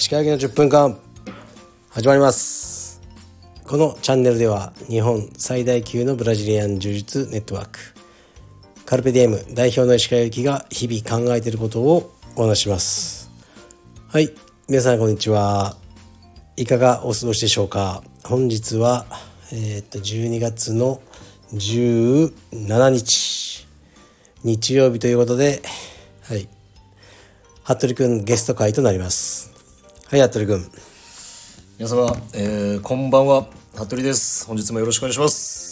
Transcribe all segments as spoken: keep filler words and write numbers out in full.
石川家のじゅっぷんかん始まります。このチャンネルでは日本最大級のブラジリアン柔術ネットワークカルペディエム代表の石川由紀が日々考えていることをお話します。はい、皆さんこんにちは。いかがお過ごしでしょうか。本日は、えー、っとじゅうにがつのじゅうしちにち日曜日ということで、はい服部くんゲスト会となります。はい、服部くん。 皆様、えー、こんばんは、服部です。本日もよろしくお願いします。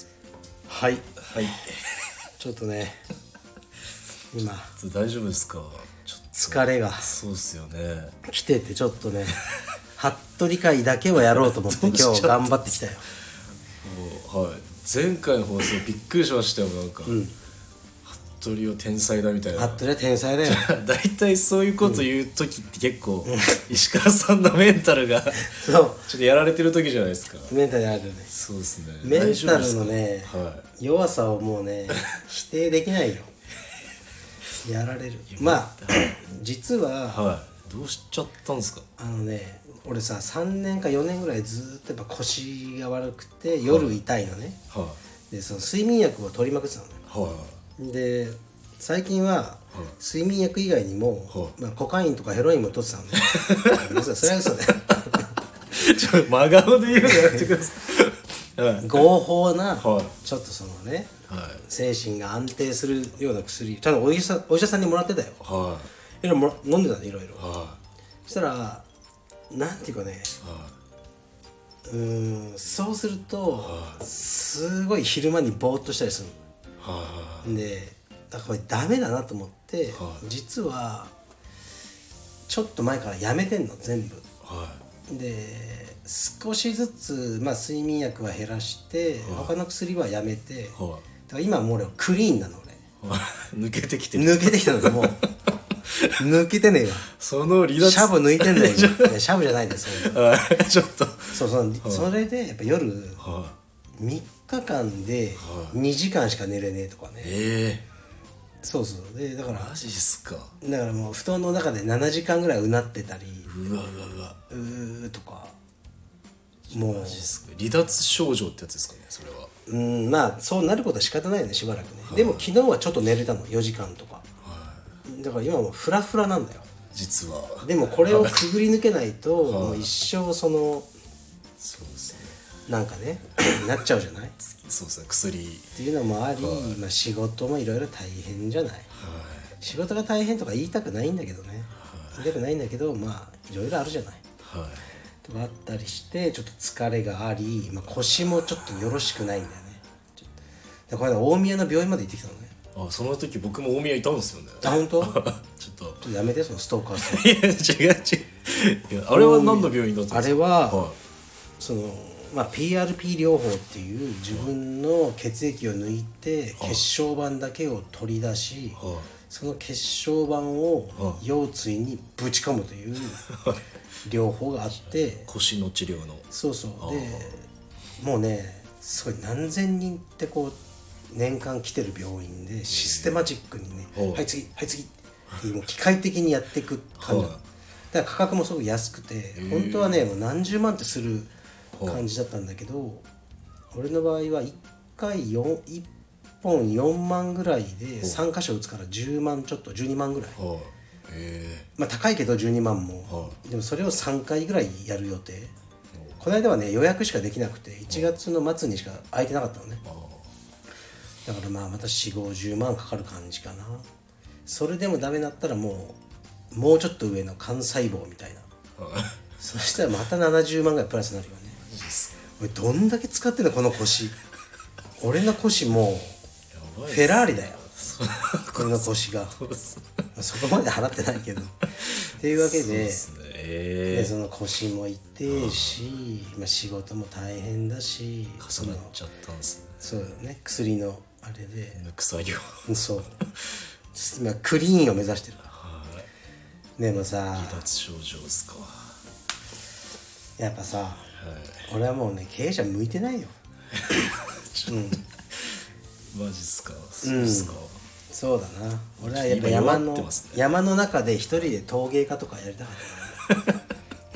はいはいちょっとね今大丈夫ですか。ちょっ疲れがとそうっすよね。 来ててちょっとね服部会だけはやろうと思って今日頑張ってきたよ。 もうはい前回の放送びっくりしましたよ。なんか、うん、服部は天才だみたいな。 服部は天才だよ。 だいたいそういうこと言う時って結構、うん、石川さんのメンタルがそうちょっとやられてる時じゃないですか。 メンタルやられてるね。 そうですね。 メンタルのね、はい、弱さをもうね否定できないよ。やられる。まあ実は、はい、 どうしちゃったんですか。 あのね俺ささんねんかよねんぐらいずっとやっぱ腰が悪くて夜痛いのね、はいはい、でその睡眠薬を取りまくってたのね、はい、で最近は、はい、睡眠薬以外にも、はいまあ、コカインとかヘロインも取ってたのねそれは嘘だよちょっと真顔で言うのやってください、はい、 合法な、はい、ちょっとそのね、はい、精神が安定するような薬ちゃんとお医者さん、お医者さんにもらってたよ、はい、いろいろ飲んでたねいろいろ、はい、そしたらなんていうかね、はあ、うーんそうすると、はあ、すごい昼間にぼーっとしたりするの、はあ、でだからこれダメだなと思って、はあ、実はちょっと前からやめてんの全部、はあ、で少しずつ、まあ、睡眠薬は減らして、はあ、他の薬はやめて、はあ、だから今はもう俺はクリーンなの俺、はあ、 抜けてきてる抜けてきたのもう抜けてねえわ。 その離脱シャブ抜いてんだよシャブじゃないですちょっとそうそう、はあ、それでやっぱ夜、はあ、みっかかんでにじかんしか寝れねえとかね、えー、そうそうでだからマジっすか。 だからもう布団の中でななじかんぐらいうなってたりうわうわうわうーとかもうマジっすか。離脱症状ってやつですかねそれは。 うんまあそうなることは仕方ないよねしばらくね、はあ、でも昨日はちょっと寝れたのよじかんとか、はあ、だから今もうフラフラなんだよ実は。 でもこれをくぐり抜けないと、はあ、もう一生そのそうですねなんかねなっちゃうじゃないそうですね薬っていうのもあり、はいまあ、仕事もいろいろ大変じゃない、はい、仕事が大変とか言いたくないんだけどね、はい、言いたくないんだけどまあいろいろあるじゃない、はい、とかあったりしてちょっと疲れがあり、まあ、腰もちょっとよろしくないんだよね。でこれ大宮の病院まで行ってきたのね。 あその時僕も大宮いたんですよね。 あ本当？ちょっとちょっとやめてそのストーカーさん。 いや違う違ういやあれは何の病院だったんですか。 あれは、はい、そのまあ ピーアールピー 療法っていう自分の血液を抜いて血小板だけを取り出し、はい、その血小板を腰椎にぶち込むという療法があって腰の治療のそうそうでもうねすごい何千人ってこう年間来てる病院でシステマチックにね、えー、はい次はい次ってもう機械的にやっていく感じだから価格もすごく安くて、えー、本当はねもう何十万ってする感じだったんだけど俺の場合はいっかいよんいっぽんよんまんぐらいでさんかしょ打つからじゅうまんちょっとじゅうにまんぐらい、えー、まあ高いけどじゅうにまんもでもそれをさんかいぐらいやる予定。この間はね予約しかできなくていちがつの末にしか空いてなかったのね。だからまあまたよんじゅうごじゅうまんかかる感じかな。それでもダメだったらもうもうちょっと上の幹細胞みたいなそしたらまたななじゅうまんぐらいプラスになるよね。俺どんだけ使ってんのこの腰俺の腰もうフェラーリだよこの腰がそこまで払ってないけどっていうわけで そ,、ねえー、でその腰も痛いし、まあ、仕事も大変だし重なっちゃったんですね。 そうだね薬のあれで抜く作業そう今クリーンを目指してるからでもさ離脱症状ですか。 やっぱさ、はい、俺はもうね経営者向いてないようんマジっすか。そうっすか、うん、 そうだな。俺はやっぱ山の、ね、山の中で一人で陶芸家とかやりたかった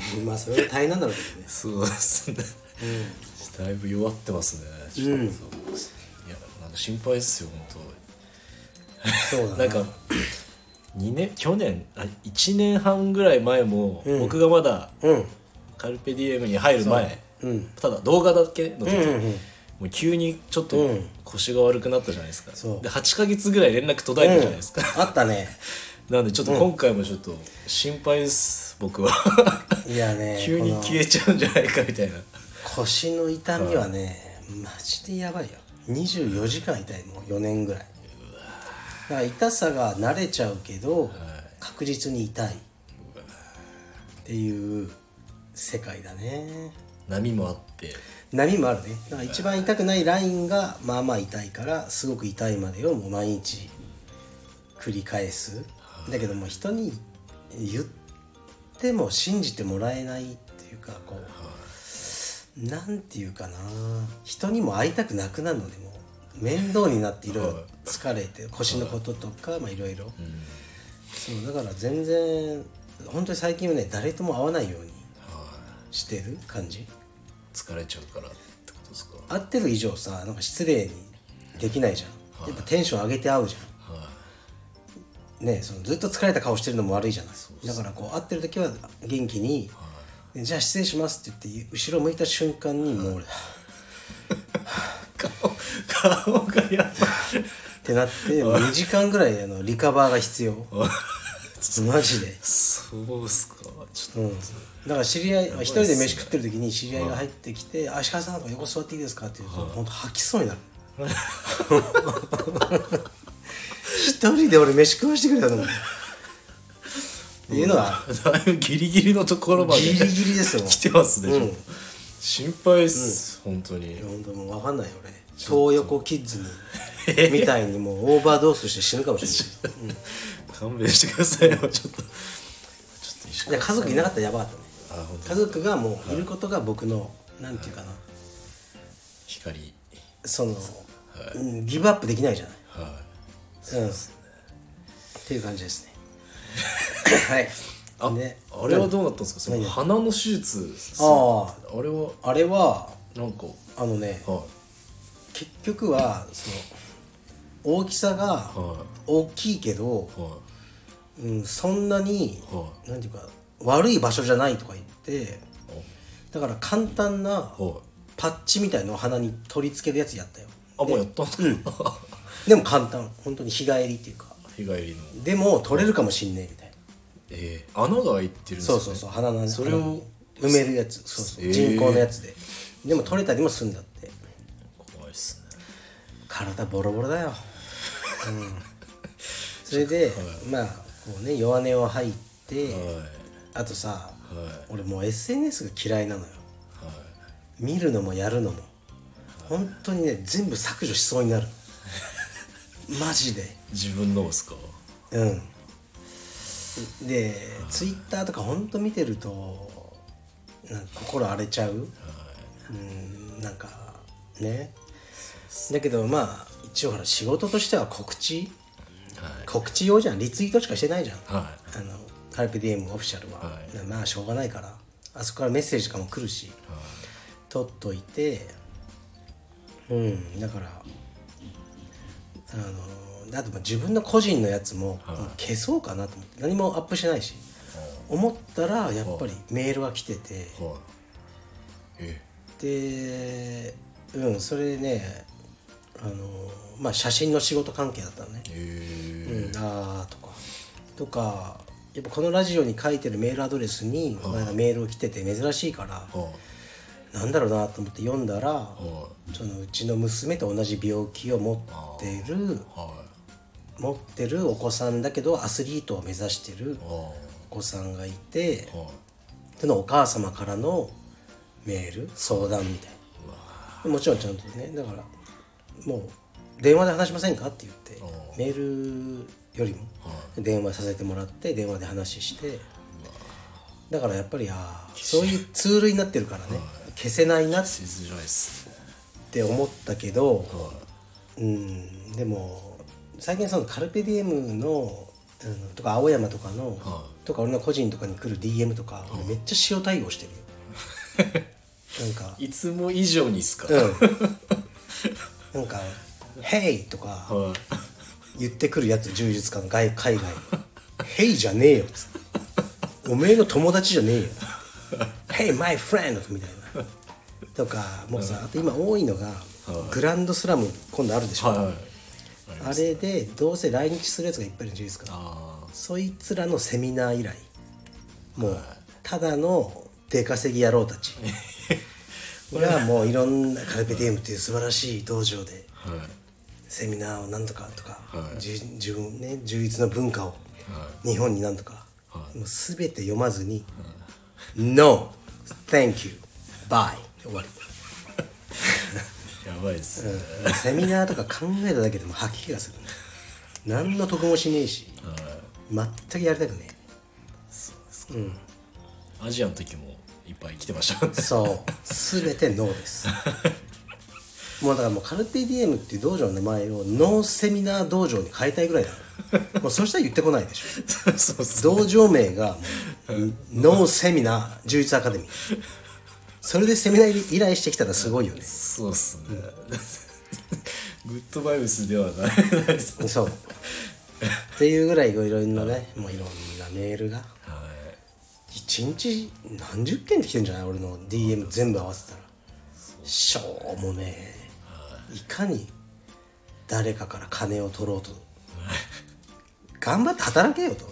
まあそれは大変なんだろうけどね。 そうですね、うん、だいぶ弱ってますね。ちょっと、うん、いやなんか心配ですよ本当。そうだな。なんかにねん去年あいちねんはんぐらい前も、うん、僕がまだ、うん、カルペディエムに入る前、うん、ただ動画だけの時、うんうんうん、もう急にちょっと腰が悪くなったじゃないですか、うん、ではちかげつぐらい連絡途絶えたじゃないですか、 うん、あったね。 なんでちょっと今回もちょっと心配です、うん、僕は。いやね急に消えちゃうんじゃないかみたいな。 腰の痛みはね、はい、マジでやばいよ。にじゅうよじかん痛いもうよねんぐらい。だから痛さが慣れちゃうけど、はい、確実に痛いっていう世界だね。 波もあって波もあるね。だから一番痛くないラインがまあまあ痛いからすごく痛いまでをもう毎日繰り返す。だけども人に言っても信じてもらえないっていうかこうなんていうかな、人にも会いたくなくなるのでも面倒になっていろいろ疲れて腰のこととかまあいろいろそうだから全然本当に最近はね誰とも会わないようにしてる感じ。 疲れちゃうからってことですか。 会ってる以上さなんか失礼にできないじゃん。やっぱテンション上げて会うじゃん、はい、ね、そのずっと疲れた顔してるのも悪いじゃない。だからこう会ってる時は元気に、はい、じゃあ失礼しますって言って後ろ向いた瞬間にもう俺、はい、 顔顔がやばいってなってにじかんぐらいあのリカバーが必要マジで。 そうっすか。ちょっと、うん、だから知り合い、ね、一人で飯食ってる時に知り合いが入ってきて「あ、石川さんなんか横座っていいですか?」って言うと本当吐きそうになる。一人で俺飯食わしてくれたのっていうのはだいぶギリギリのところまでギリギリですよ来てますね、うん、心配っす、うん、本当に本当もう分かんないよ俺東横キッズにみたいにもうオーバードースして死ぬかもしれない、うん勘弁してくださいよちょっとちょっと家族いなかったらやばかったね。あ家族がもういることが僕の、はい、なんていうかな、はい、 光その、はいうん、ギブアップできないじゃない、はいうん、っていう感じですね。はいあね、あれはどうなったんですかその鼻の手術。あああれはあれはなんかあのね、はい、結局はその大きさが大きいけど、はいうん、そんなに、はい、なんていうか悪い場所じゃないとか言ってだから簡単なパッチみたいのを鼻に取り付けるやつやったよ。 あもうやったんですか、うん、 でも簡単本当に日帰りっていうか日帰りのでも取れるかもしんねえみたいな、 えー、穴が開いてるんですね。そうそうそう鼻のそれを埋めるやつそうそう、えー、人工のやつででも取れたりもするんだって。 怖いっすね。 体ボロボロだよ、うん、それで、はい、まあこうね弱音を吐いて、はい、あとさ、はい、俺もう エスエヌエス が嫌いなのよ、はい、見るのもやるのも、はい、本当にね全部削除しそうになるマジで。 自分のですか。 うんで、はい、ツイッターとか本当見てるとなんか心荒れちゃう、はい、うんなんかねだけどまあ一応ほら仕事としては告知はい、告知用じゃんリツイートしかしてないじゃん、はい、あのカルペディエムオフィシャルは、はい、まあしょうがないからあそこからメッセージとかも来るし、はい、取っといてうんだからあのあと自分の個人のやつも、はい、消そうかなと思って何もアップしてないし、はい、思ったらやっぱりメールが来てて、はい、でうんそれでねあのまあ写真の仕事関係だったのね。へー、うん、あーとかとかやっぱこのラジオに書いてるメールアドレスにこの間メールを来てて珍しいから、はあ、なんだろうなと思って読んだら、はあ、そのうちの娘と同じ病気を持ってる、はあ、持ってるお子さんだけどアスリートを目指してるお子さんがいて、はあ、そのお母様からのメール相談みたいな。もちろんちゃんとねだからもう電話で話しませんかって言ってメールよりも電話させてもらって電話で話してだからやっぱりあそういうツールになってるからね消せないなって思ったけどうんでも最近そのカルペディエムのとか青山とかのとか俺の個人とかに来る ディーエム とか、俺めっちゃ塩対応してるよなんかいつも以上にっすか、 うん、なんか「ヘイ!」とか言ってくるやつ、柔術家の外海外「ヘイじゃねえよ」っつって「おめえの友達じゃねえよ」「ヘイマイフレンド」みたいなとか、もうさ、あと今多いのがグランドスラム今度あるでしょ、はいはい、あれでどうせ来日するやつがいっぱいいるじゃないですか。そいつらのセミナー以来、もうただの出稼ぎ野郎たちがもういろんなカルペディウムっていう素晴らしい道場でセミナーをなんとかとか、はい、じ自分ね充実の文化を日本になんとか、はい、もう全て読まずに、はい、No thank you bye 終わりやばいっすね、 うん、セミナーとか考えただけでも吐き気がする何の得もしねえし、はい、全くやりたくねえ。 そうですか、うん、アジアの時もいっぱい来てましたそう全てノーですもうだからもうカルペディエムっていう道場の名前をノーセミナー道場に変えたいぐらいだもうそしたら言ってこないでしょそうそう道場名がノーセミナー柔術アカデミー、それでセミナー依頼してきたらすごいよね。 そうっすね、うん、グッドバイブスではないですね。 そうっていうぐらいいろいろなね、もういろんなメールが、はい、いちにち何十件って来てんじゃない俺の ディーエム 全部合わせたら。しょうもねえ、いかに誰かから金を取ろうと頑張って働けよと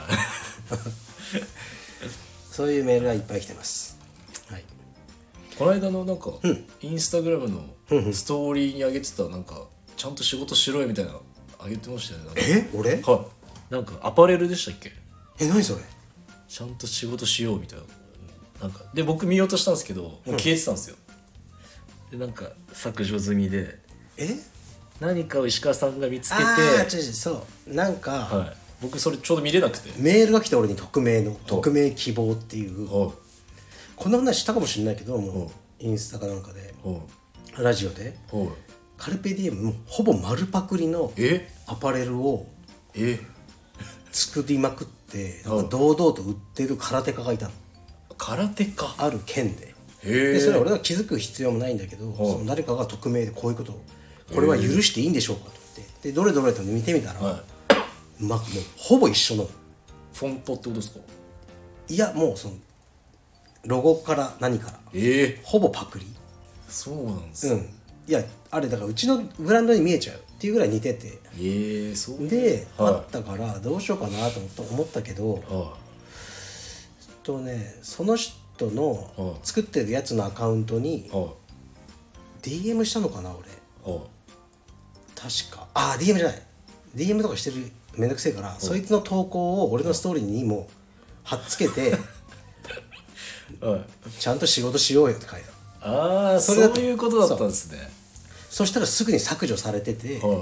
そういうメールがいっぱい来てます、はい、 この間のなんか、うん、インスタグラムのストーリーに上げてたなんかちゃんと仕事しろよみたいな上げてましたよね。 え俺はいなんかアパレルでしたっけ。 え何それ。 ちゃんと仕事しようみたいな、なんかで僕見ようとしたんですけどもう消えてたんですよ、うん、でなんか削除済みでえ何かを石川さんが見つけて、 ああ違う違うそうなんか、 はい、僕それちょうど見れなくてメールが来て俺に匿名の匿名希望っていう、はい、こんな話したかもしれないけども、はい、インスタかなんかで、はい、ラジオで、はい、カルペディエムもほぼ丸パクリのアパレルを作りまくってなんか堂々と売ってる空手家がいたの。 空手家ある県で。でそれは俺が気づく必要もないんだけど、その誰かが匿名でこういうことをこれは許していいんでしょうかと言ってでどれどれと見てみたら、はい、まあもうほぼ一緒のフォントってことですか。 いやもうそのロゴから何から、えー、ほぼパクリ。 そうなんですね、うん、いやあれだからうちのブランドに見えちゃうっていうぐらい似てて、 えー、そうで、はい、あったからどうしようかなと思ったけど、はい、とねその人の作ってるやつのアカウントに ディーエム したのかな俺、はい、確かあ ディーエム じゃない ディーエム とかしてるめんどくせえから、はい、そいつの投稿を俺のストーリーにも貼っつけて、はい、ちゃんと仕事しようよって書いてある。 ああそういうことだったんですね。 そしたらすぐに削除されてて、はいはい、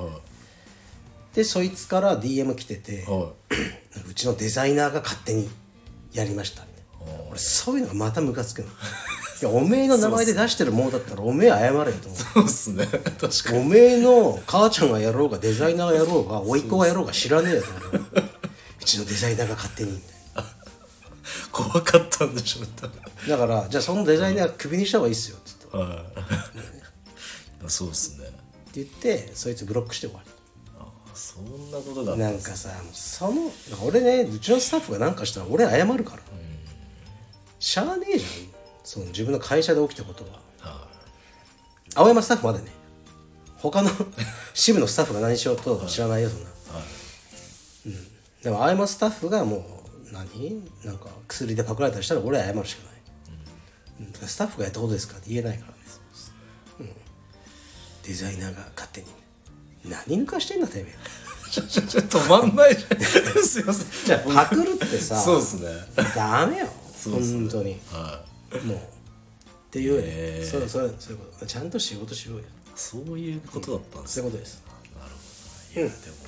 でそいつから ディーエム 来てて、はい、うちのデザイナーが勝手にやりましたみたいな。俺そういうのがまたムカつくのいやおめえの名前で出してるものだったらおめえ謝れよと思う。 そうっすね確かに。 おめえの母ちゃんがやろうがデザイナーがやろうが甥っ子がやろうが知らねえよと思ううちのデザイナーが勝手にみたいな怖かったんでしょうだからじゃあそのデザイナークビにした方がいいっすよって言って、はいそうっすねって言ってそいつブロックして終わり。 あそんなことだったんです、ね、なんかさその俺ねうちのスタッフが何かしたら俺謝るから、うん、しゃあねえじゃんその自分の会社で起きたことは、はあ、青山スタッフまでね他の支部のスタッフが何しようと知らないよそんな、はいうん、でも青山スタッフがもう何なんか薬でパクられたりしたら俺は謝るしかない、うん、スタッフがやったことですかって言えないからね、うん、デザイナーが勝手に何抜かしてんだてめえちょちょちょ止まんないじゃんすいませんじゃあパクるってさそうですねダメよそうすね本当に、はい、もうっていうねそうそうそういうことちゃんと仕事しようよ。 そういうことだったんです、 うん、そういうことです。 なるほどいや、うん、でも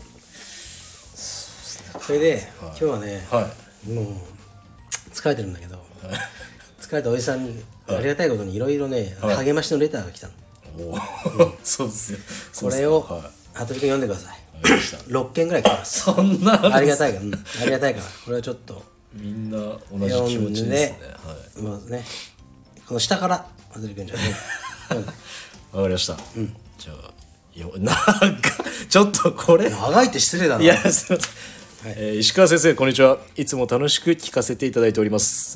それで、はい、今日はね、はい、もう疲れてるんだけど、はい、疲れたおじさんにありがたいことにいろいろね、はい、励ましのレターが来たの。お、うん、 そうですよ。 これを、はい、服部君読んでください。ろっけんぐらい来てます。 そんなありがたいから、うん、ありがたいからこれはちょっとみんな同じ気持ちですね。 ね、はい、もうね、この下から外れくんじゃない。 わかりました。うん、じゃあよなんかちょっとこれ長いって失礼だな。 いやすいません。はい、えー、石川先生こんにちは。いつも楽しく聞かせていただいております。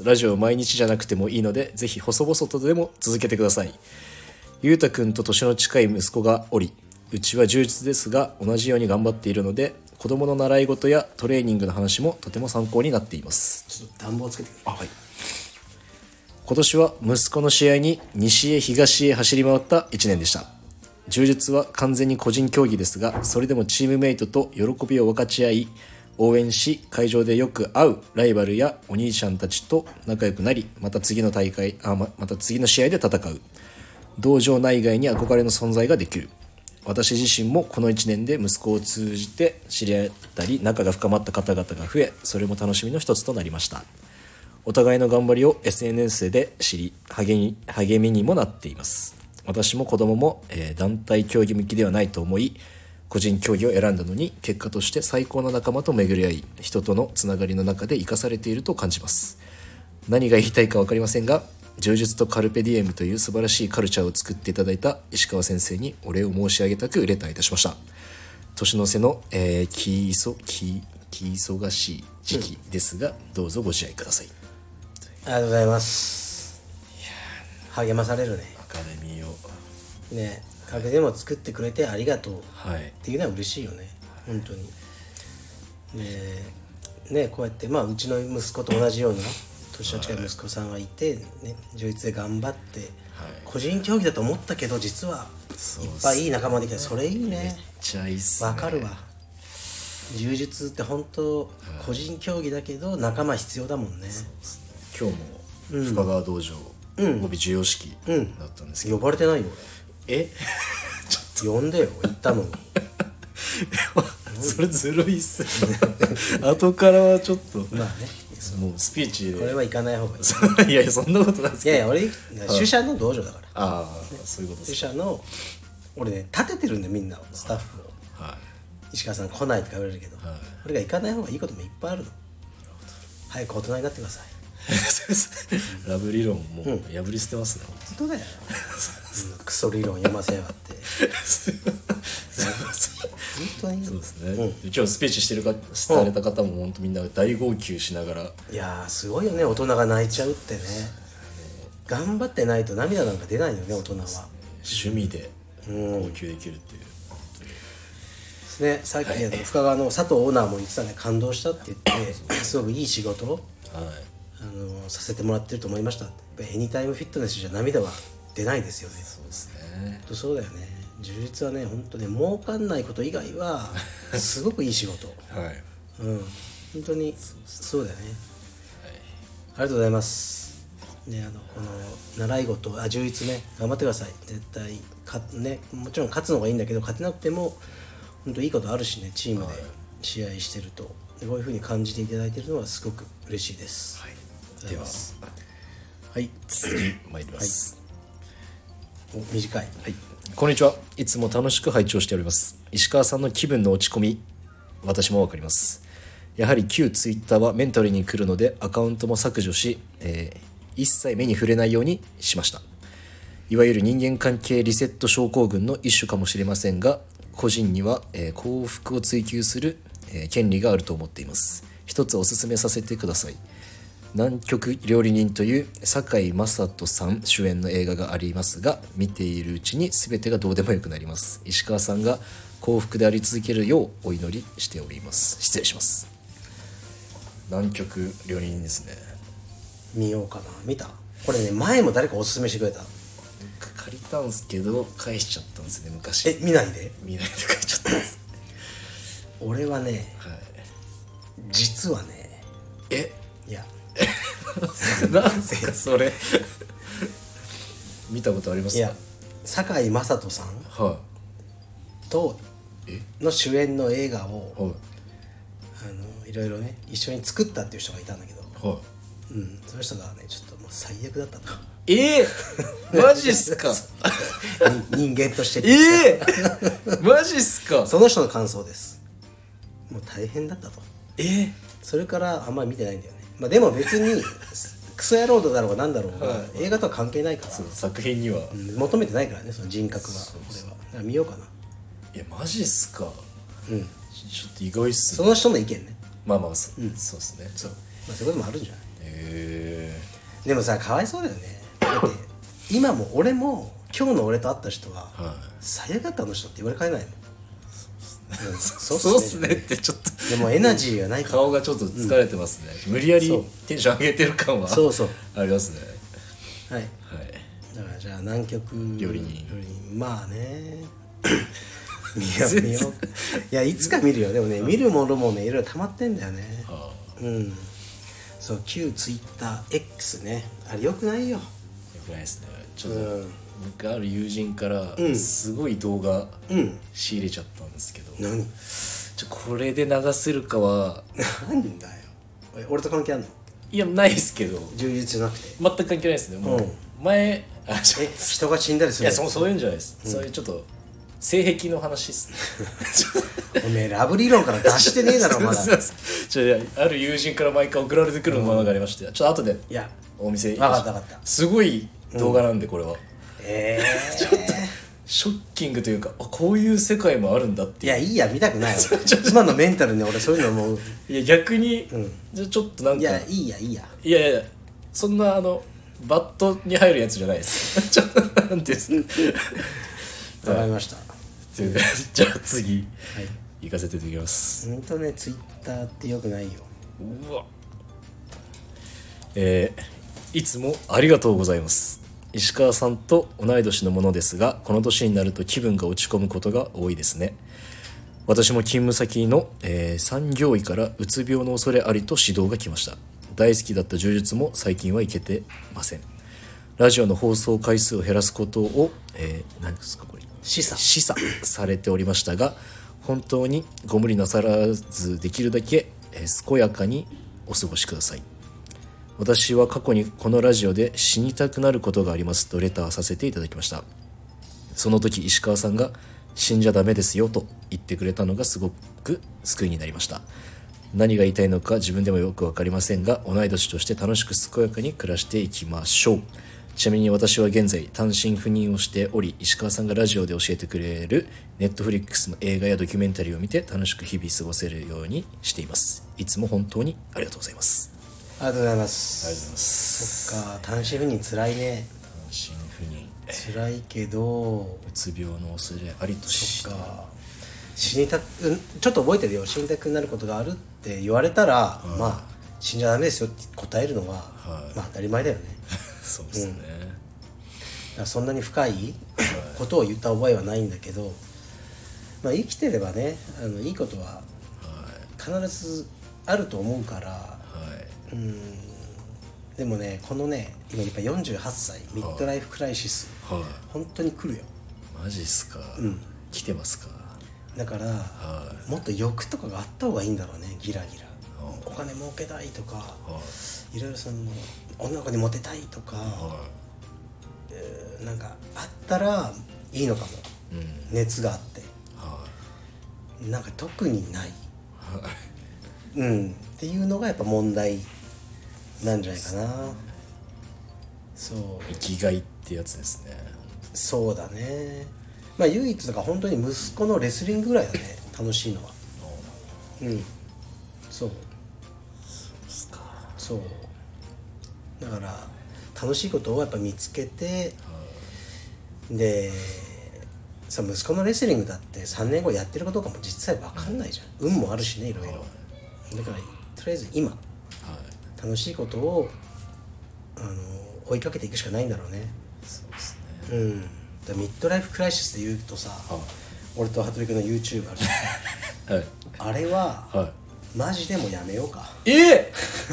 ラジオ毎日じゃなくてもいいのでぜひ細々とでも続けてください。ゆうたくんと年の近い息子がおり、うちは充実ですが同じように頑張っているので子供の習い事やトレーニングの話もとても参考になっています。 ちょっと暖房つけてくれ。 あ、はい。今年は息子の試合に西へ東へ走り回ったいちねんでした。充実は完全に個人競技ですが、それでもチームメイトと喜びを分かち合い応援し、会場でよく会うライバルやお兄ちゃんたちと仲良くなり、また次の大会あ ま, また次の試合で戦う。道場内外に憧れの存在ができる。私自身もこのいちねんで息子を通じて知り合ったり仲が深まった方々が増え、それも楽しみの一つとなりました。お互いの頑張りを エスエヌエス で知り励み、励みにもなっています。私も子供も、えー、団体競技向きではないと思い個人競技を選んだのに、結果として最高の仲間と巡り合い、人とのつながりの中で生かされていると感じます。何が言いたいか分かりませんが、充実とカルペディエムという素晴らしいカルチャーを作っていただいた石川先生にお礼を申し上げたくレターいたしました。年の瀬の、えー、気急気気忙しい時期ですが、うん、どうぞご自愛ください。 ありがとうございます。いや励まされるね。 アカデミーをね、カフェでも作ってくれてありがとう、 はい、 っていうのは嬉しいよね、はい、本当に。でね、こうやってまあうちの息子と同じような年の近い息子さんがいて、ね、充実で頑張って、はい、個人競技だと思ったけど実はいっぱいいい仲間できた。それいいね。めっちゃいいっすね。 わかるわ。充実って本当個人競技だけど仲間必要だもんね。そうですね。 今日も深川道場、うん、帯授与式だったんですけど、 うん、呼ばれてないよ俺。えちょっと呼んでよ、行ったのにそれずるいっすね後からはちょっとまあね、 もうスピーチでこれは行かない方がいいいやいやそんなことないですけど。 いやいや俺主者の道場だから。 ああ、ね、そういうことです。 主者の俺ね立ててるんでみんなスタッフを、はい、石川さん来ないとか言われるけど、はい、俺が行かない方がいいこともいっぱいあるの。早く大人になってくださいラブ理論もう破り捨てますね、 うん、本当だよクソ理論読ませやがって本当にそうですね、うん、今日スピーチしてるかされた方も本当みんな大号泣しながら、 いやーすごいよね、大人が泣いちゃうってね。頑張ってないと涙なんか出ないよね、大人は。 趣味で号泣できるっていう、 うん、ですね。さっき、はい、深川の佐藤オーナーも言ってたね、感動したって言ってすごくいい仕事を、はい、あのさせてもらってると思いました。やっぱりエニタイムフィットネスじゃ涙は出ないですよね。 そうですね。 そうだよね。充実はね本当ね儲かんないこと以外はすごくいい仕事はい、うん、本当にそうだよね、はい、ありがとうございますね。あのこの習い事あ充実ね頑張ってください。絶対かね、もちろん勝つのがいいんだけど勝てなくても本当いいことあるしね、チームで試合してると、はい、こういう風に感じていただいているのはすごく嬉しいです、はい、 でははい次参ります、 はい、お短い、 はい、こんにちは。いつも楽しく拝聴しております。石川さんの気分の落ち込み、私もわかります。やはり旧ツイッターはメンタルに来るのでアカウントも削除し、えー、一切目に触れないようにしました。いわゆる人間関係リセット症候群の一種かもしれませんが、個人には、えー、幸福を追求する、えー、権利があると思っています。一つお勧めさせてください。南極料理人という堺雅人さん主演の映画がありますが、見ているうちに全てがどうでもよくなります。石川さんが幸福であり続けるようお祈りしております。失礼します。南極料理人ですね。 見ようかな。見た？これね前も誰かおすすめしてくれた。 借りたんですけど返しちゃったんですね昔。 え見ないで？ 見ないで返しちゃったんです俺はね、はい、実はねえいやなんすかそれ見たことありますか？ いや堺雅人さん、はい、との主演の映画を、はい、あのいろいろね一緒に作ったっていう人がいたんだけど、はい、うん、その人がねちょっともう最悪だったと。 えー、マジっすか人間としてえー、マジっすか。 その人の感想です。もう大変だったと。 えー、 それからあんまり見てないんだよね。 まあでも別にクソ野郎だろうがなんだろうが、はい、映画とは関係ないから、 そう作品には、 うん、求めてないからね、その人格は。そうそう、これはだから見ようかな。 いやマジっすか。 うん、 ちょっと意外っすね。 その人の意見ね。 まあまあそ,、 うん、 そうですね。 そう、まあ、そういうこともあるんじゃない。 へえ。でもさ、かわいそうだよね。だって今も俺も今日の俺と会った人は、はい、最悪だったあの人って言われかねないもん。 そうっすねってちょっとでもエナジーがないから顔がちょっと疲れてますね、うん、無理やりテンション上げてる感はそうそうありますね。 はい、はい、だからじゃあ南極料理人まあね見よう見よういやいつか見るよ。でもね、見るものもねいろいろ溜まってんだよね。うんそう、旧ツイッター X ね、あれよくないよ。よくないですね。ちょっと、うん、僕ある友人からすごい動画仕入れちゃったんですけど、 うん、何ちょこれで流せるかはなんだよ、俺と関係あんの？ いやないですけど、 充実じゃなくて全く関係ないですね。もう、うん、前あえ人が死んだりする？ いや そ, そういうんじゃないです、うん、そういうちょっと性癖の話ですねおめえラブ理論から出してねえだろまだちょある友人から毎回送られてくるものがありまして、うん、ちょっと後でいやお店分かった分かった、 すごい動画なんでこれは、うん、 えー、 ちょっとショッキングというか、あこういう世界もあるんだっていう。 いやいいや見たくない今のメンタルね、俺そういうのもういや逆に、うん、じゃちょっとなんかいやいいやいいやいやいやそんなあのバットに入るやつじゃないですちょっとなんていうんですかわかりました、 じゃあ次、はい、行かせていただきます。 ほんとね、ツイッターってよくないよ。 うわえー、いつもありがとうございます。石川さんと同い年のものですが、この年になると気分が落ち込むことが多いですね。私も勤務先の、えー、産業医からうつ病の恐れありと指導が来ました。大好きだった柔術も最近はいけてません。ラジオの放送回数を減らすことを、えー、何ですかこれ示唆示唆されておりましたが、本当にご無理なさらずできるだけ、えー、健やかにお過ごしください。私は過去にこのラジオで死にたくなることがありますとレターさせていただきました。その時石川さんが死んじゃダメですよと言ってくれたのがすごく救いになりました。何が言いたいのか自分でもよく分かりませんが、同い年として楽しく健やかに暮らしていきましょう。ちなみに私は現在単身赴任をしており、石川さんがラジオで教えてくれるネットフリックスの映画やドキュメンタリーを見て楽しく日々過ごせるようにしています。いつも本当にありがとうございます。 ありがとうございます。 ありがとうございます。 そっか、単身赴任つらいね。 単身赴任つらいけどうつ病の恐れありとしそっか死にたく、うん、ちょっと覚えてるよ。死にたくなることがあるって言われたら、はい、まあ死んじゃダメですよって答えるのが、はい、まあ当たり前だよねそうですね、うん、だからそんなに深いことを言った覚えはないんだけど、まあ生きてればね、あのいいことは必ずあると思うから、はい、うんでもね、このね今やっぱよんじゅうはっさいミッドライフクライシス、はい、本当に来るよ。 マジっすか、うん、来てますか。 だから、はい、もっと欲とかがあった方がいいんだろうね。ギラギラ、はい、お金儲けたいとか、はい、いろいろその女の子にモテたいとか、はい、なんかあったらいいのかも、うん、熱があって、はい、なんか特にない、はい、うんっていうのがやっぱ問題なんじゃないかな。そう生きがいってやつですね。 そうだね。まあ唯一だから本当に息子のレスリングぐらいだね、楽しいのは。うんそうそうですか。 そうだから楽しいことをやっぱ見つけて、でさ、息子のレスリングだってさんねんごやってるかどうかも実際分かんないじゃん。運もあるしね、いろいろ。だからとりあえず今楽しいことをあの追いかけていくしかないんだろうね。 そうですね。うん。だミッドライフクライシスで言うとさ、はい、俺と羽鳥君の YouTube あるじゃん、はい、あれは、はい、マジでもやめようか。 え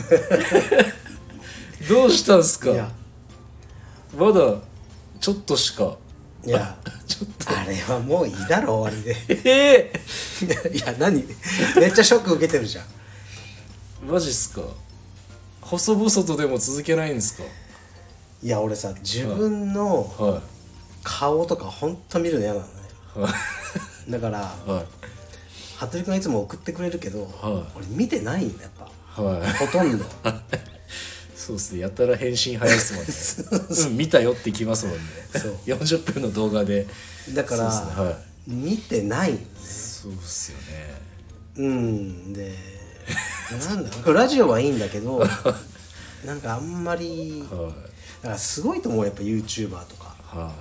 どうしたんすか。いやまだちょっとしか。 いやちょっとあれはもういいだろ終わりで。 えー、いや何めっちゃショック受けてるじゃん。 マジっすか。細々とでも続けないんですか。 いや俺さ、自分の顔とかほんと見るの嫌なのね、はい、だから、はい、服部君はいつも送ってくれるけど、はい、俺見てないんだやっぱ。 はい、 ほとんどそうですね、やたら返信早いっすもんねうん、見たよってきますもんね。そうよんじゅっぷんの動画で。 だから、ね、はい、見てないんね。 そうっすよね。 うんでなんだこれラジオはいいんだけどなんかあんまり、はい、だからすごいと思うやっぱ YouTuber とか、はい、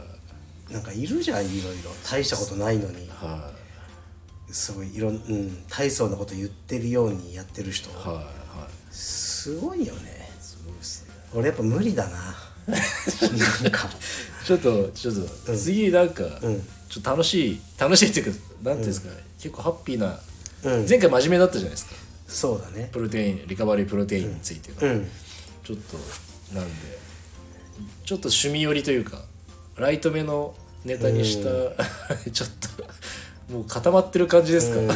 なんかいるじゃん、いろいろ大したことないのに、はい、すごいいろん、うん、大層なこと言ってるようにやってる人、はいはい、すごいよね。すごいっすね。俺やっぱ無理だななんかちょっとちょっと、うん、次なんか、うん、ちょっと楽しい楽しいっていうかなんていうんですかね、うん、結構ハッピーな、うん、前回真面目だったじゃないですか。 そうだね。 プロテインリカバリープロテインについてが、うん、ちょっとなんでちょっと趣味寄りというかライトめのネタにした、うん、ちょっともう固まってる感じですか、うん、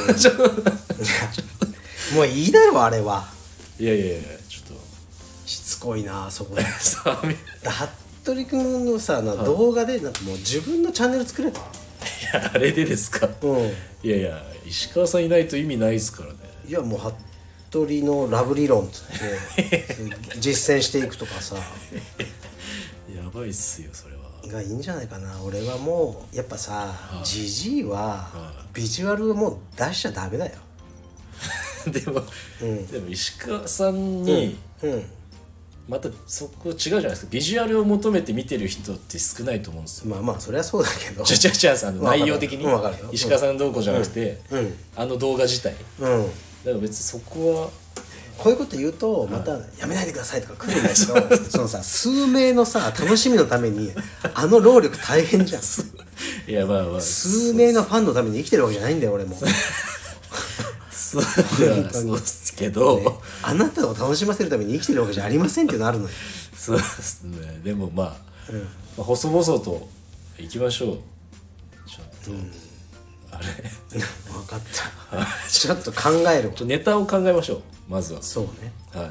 もういいだろあれは。 いやいやいやちょっとしつこいなそこで服部君のさな動画でなんかもう自分のチャンネル作れた。いやあれでですか、うん、いやいや石川さんいないと意味ないですからね。 いやもう服部のラブ理論つって実践していくとかさやばいっすよそれは。 がいいんじゃないかな。俺はもうやっぱさジジイはビジュアルをもう出しちゃダメだよでも、うん、でも石川さんに、うんうん、またそこ違うじゃないですか。ビジュアルを求めて見てる人って少ないと思うんですよ。 まあまあそれはそうだけどちゃちゃちゃさんの内容的に石川さんどうこうじゃなくて、うんうん、あの動画自体、うん、だから別にそこはこういうこと言うとまたやめないでくださいとか来るんだけどそのさ数名のさ楽しみのためにあの労力大変じゃんいやまあまあ数名のファンのために生きてるわけじゃないんだよ俺もそうですけど、ね、 あなたを楽しませるために生きてるわけじゃありませんっていうのあるのよ。 そうですね。でもまあ、うんまあ、細々といきましょう。ちょっと、うん、あれ分かったちょっと考える。 ネタを考えましょうまずは。 そうね、はい、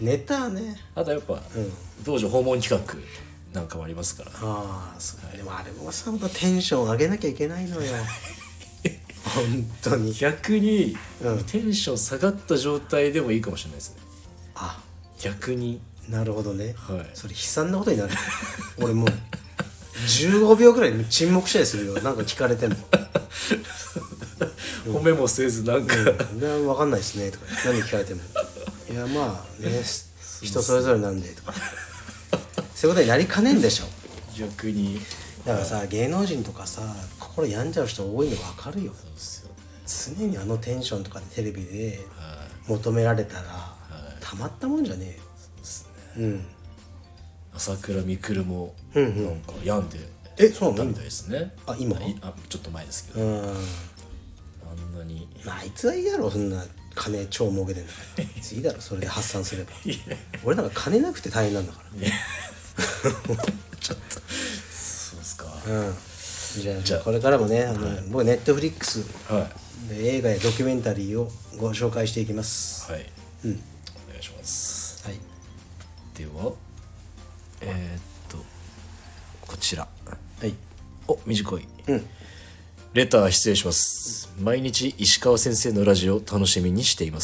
ネタね。あとやっぱ、うん、道場訪問企画なんかもありますから。 ああそう、はい、でもあれもさテンション上げなきゃいけないのよ本当に。 逆に、うん、テンション下がった状態でもいいかもしれないですね。あ、逆に。 なるほどね、はい、それ悲惨なことになる俺もうじゅうごびょうぐらい沈黙したりするよなんか聞かれても褒めもせずなんか、 うん、分かんないですねとか何聞かれてもいやまあね人それぞれなんでとかそういうことになりかねんでしょ逆に。 だからさ芸能人とかさ心病んじゃう人多いの分かるよ。そうですよ、ね、常にあのテンションとかでテレビで求められたら、はい、たまったもんじゃねえよ。そうですね、うん、 朝倉未来もなんか病んでたみたいですね、 うんうん、あ今あちょっと前ですけど、うん、あんなにあいつはいいだろうそんな金超儲けてんだからいいだろそれで発散すれば俺なんか金なくて大変なんだからちょっとそうっすか、 うんじゃあ、じゃあこれからもねあの、はい、僕ネットフリックスで映画やドキュメンタリーをご紹介していきます。はい、うん、 お願いします。はい、ではえー、っとこちら、はい、お短い、うん、レター失礼します、うん、毎日石川先生のラジオを楽しみにしています、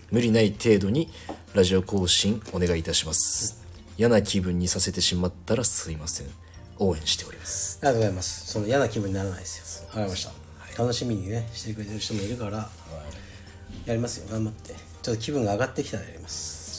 うん、無理ない程度にラジオ更新お願いいたします、うん、嫌な気分にさせてしまったらすいません。応援しております。 ありがとうございます。その嫌な気分にならないですよ。わかりました、はい、楽しみにねしてくれてる人もいるから、はい、やりますよ頑張って。ちょっと気分が上がってきたらやります。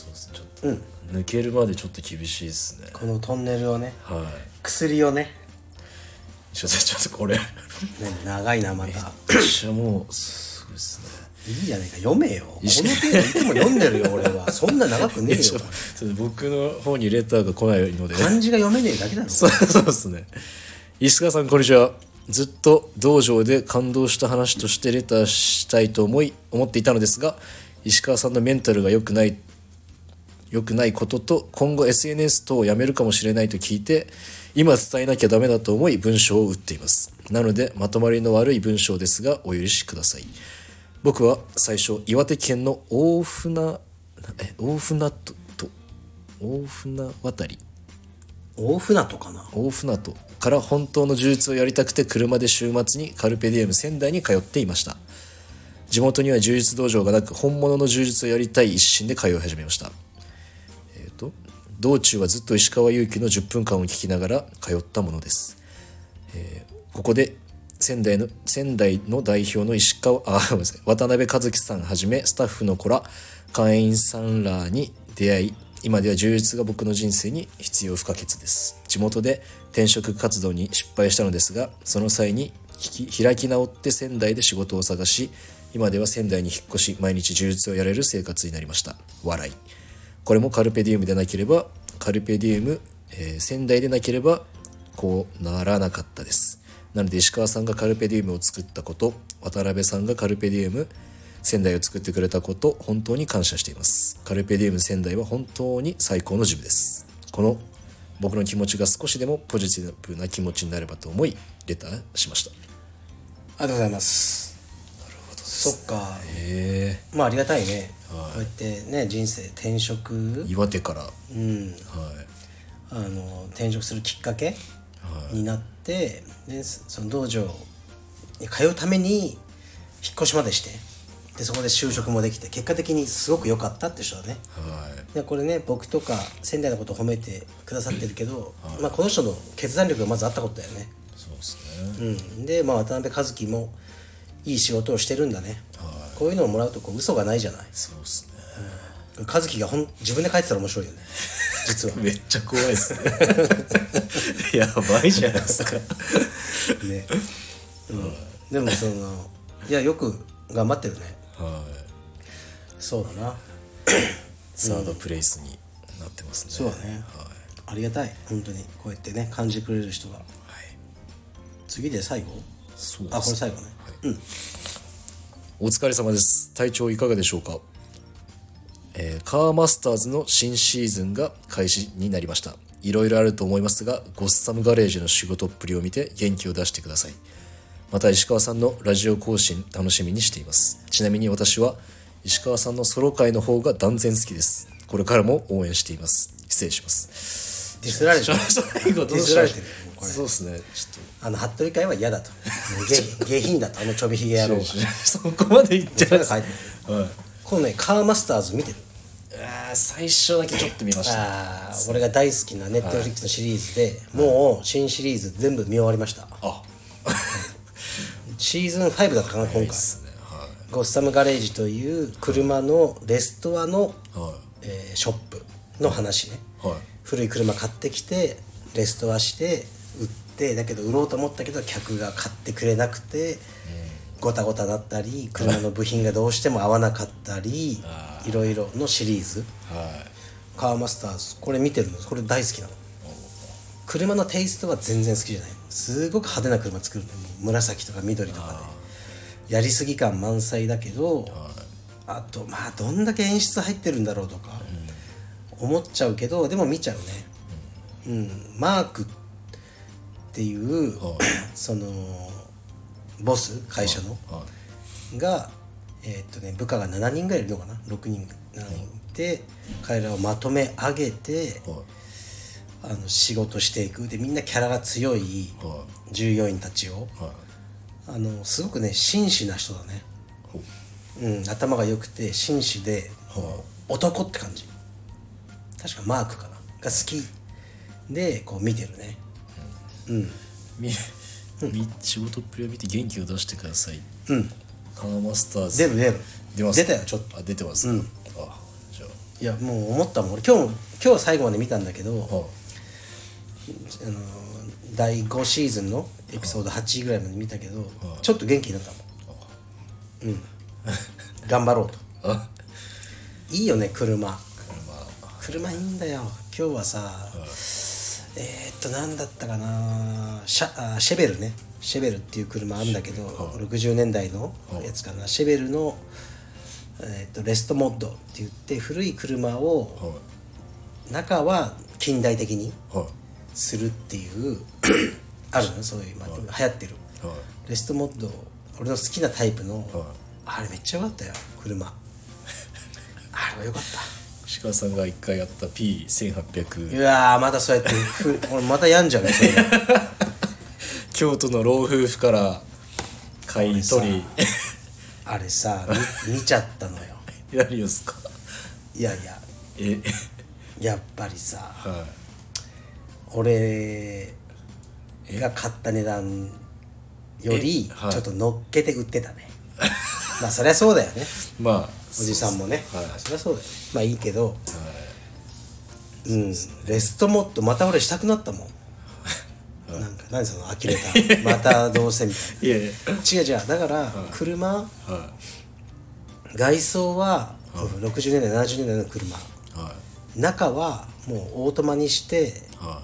そうですねちょっと、うん、抜けるまでちょっと厳しいですねこのトンネルをね、はい、薬をねちょっとちょっとこれ、ね、 長いなまた。めっちゃもうすごいですね。 いいじゃないか読めよ。この程度いつも読んでるよ俺は。そんな長くねえよ僕の方にレターが来ないので漢字が読めねえだけだろそうそうですね。石川さんこんにちは。ずっと道場で感動した話としてレターしたいと思い思っていたのですが石川さんのメンタルが良くない良くないことと今後 エスエヌエス 等をやめるかもしれないと聞いて今伝えなきゃダメだと思い文章を打っています。なのでまとまりの悪い文章ですがお許しください。僕は最初岩手県の大船え大船渡と大船渡り大船渡かな大船渡から本当の柔術をやりたくて車で週末にカルペディエム仙台に通っていました。 地元には柔術道場がなく、本物の柔術をやりたい一心で通い始めました。えーと、道中はずっと石川祐希のじゅっぷんかんを聞きながら通ったものです。えー、ここで仙台の仙台の代表の石川あごめんなさい渡辺和樹さんはじめスタッフの子ら会員さんらに出会い、今では柔術が僕の人生に必要不可欠です。地元で転職活動に失敗したのですが、その際に開き直って仙台で仕事を探し、今では仙台に引っ越し、毎日柔術をやれる生活になりました。笑い。これもカルペディウムでなければカルペディウム、えー、仙台でなければこうならなかったです。なので石川さんがカルペディウムを作ったこと、渡辺さんがカルペディウム仙台を作ってくれたこと、本当に感謝しています。カルペディウム仙台は本当に最高のジムです。この僕の気持ちが少しでもポジティブな気持ちになればと思いレターしました。 ありがとうございます。 なるほどです。 そっか。 へえ。 まあありがたいね、 はい、 こうやってね人生転職岩手から、 うん、 はい、 あの転職するきっかけになって、はい、でその道場に通うために引っ越しまでして、でそこで就職もできて結果的にすごく良かったって人だね、はい、でこれね僕とか仙台のことを褒めてくださってるけど、はい、まあ、この人の決断力がまずあったことだよね。 そうですね、 うん、で、まあ、渡辺和樹もいい仕事をしてるんだね、はい、こういうのをもらうとこう嘘がないじゃない。 そうですね、 うん、和樹がほん自分で書いてたら面白いよね実はめっちゃ怖いですねやばいじゃないですかね、 うん、でもそのいやよく頑張ってるね。はい、そうだなサードプレイスになってますね、 うん、そうだね、はい、ありがたい本当にこうやってね感じてくれる人が、はい、次で最後。そうです。あ、これ最後ね、はい、うん、 お疲れ様です。体調いかがでしょうか。えー、カーマスターズの新シーズンが開始になりました。いろいろあると思いますが、ゴッサムガレージの仕事っぷりを見て元気を出してください。また石川さんのラジオ更新楽しみにしています。ちなみに私は石川さんのソロ回の方が断然好きです。これからも応援しています。失礼します。 ディスられてる。 最後ディスられてる。 これそうですね。ちょっとあの服部会は嫌だと。下下品だと、あのちょびひげ野郎が。 そこまで言ってます。はい。 このねカーマスターズ見てる。 あ最初だけちょっと見ました。 あ俺が大好きなネットフリックスのシリーズで、はい、もう新シリーズ全部見終わりました。あシーズンファイブだったかな今回、ね、はい、ゴッサムガレージという車のレストアの、はい、えー、ショップの話ね、はい、古い車買ってきてレストアして売って、だけど売ろうと思ったけど客が買ってくれなくて、うん、ゴタゴタだったり車の部品がどうしても合わなかったりいろいろのシリーズ、はい、カーマスターズこれ見てるの、これ大好きなの。車のテイストは全然好きじゃない。すごく派手な車作るの、紫とか緑とかでやりすぎ感満載だけど、あとまあどんだけ演出入ってるんだろうとか思っちゃうけど、でも見ちゃうね、うん、マークっていうそのボス会社のがえっとね部下がななにんぐらいいるのかな、ろくにんななにんで彼らをまとめ上げてあの仕事していく。でみんなキャラが強い従業員たちを、はい、あのすごくね紳士な人だね、うん、頭が良くて紳士で、はい、男って感じ。確かマークかなが好きでこう見てるね。うん、うん、 み仕事っぷりを見て元気を出してください。 うん、 カーマスターズ出る出る出ます。 出たよちょっと。 あ出てます、 うん、 あじゃあいやもう思ったもん俺今日今日最後まで見たんだけど、はあ、あのだいごシーズンのエピソードはちぐらいまで見たけど、はあ、ちょっと元気になったもん、はあ、うん頑張ろうといいよね車車いいんだよ。今日はさ、はあ、えー、っと何だったかなシャあシェベルねシェベルっていう車あるんだけど、はあ、ろくじゅうねんだいのやつかな、はあ、シェベルの、えー、っとレストモッドって言って古い車を、はあ、中は近代的に、はあするっていうあるのそういう、まあ、はい、流行ってる、はい、レストモッド俺の好きなタイプの、はい、あれめっちゃ良かったよ車あれは良かった石川さんが一回やった ピーせんはっぴゃくうわーまたそうやって俺またやんじゃんねそれ京都の老夫婦から買い取りあれさ見, 見ちゃったのよ。 何ですか。 いやいやえやっぱりさ、 はい、 俺が買った値段よりちょっと乗っけて売ってたね、はい、まあそりゃそうだよねまあおじさんもね、はい、そりゃそうだよね。まあいいけど、はい、うん、レストモットまた俺したくなったもんなんか何その呆れたまたどうせみたいな。いやいや違う違うだから車、はい、外装はろくじゅうねんだいななじゅうねんだいの車、はい、中はもうオートマにして、はい、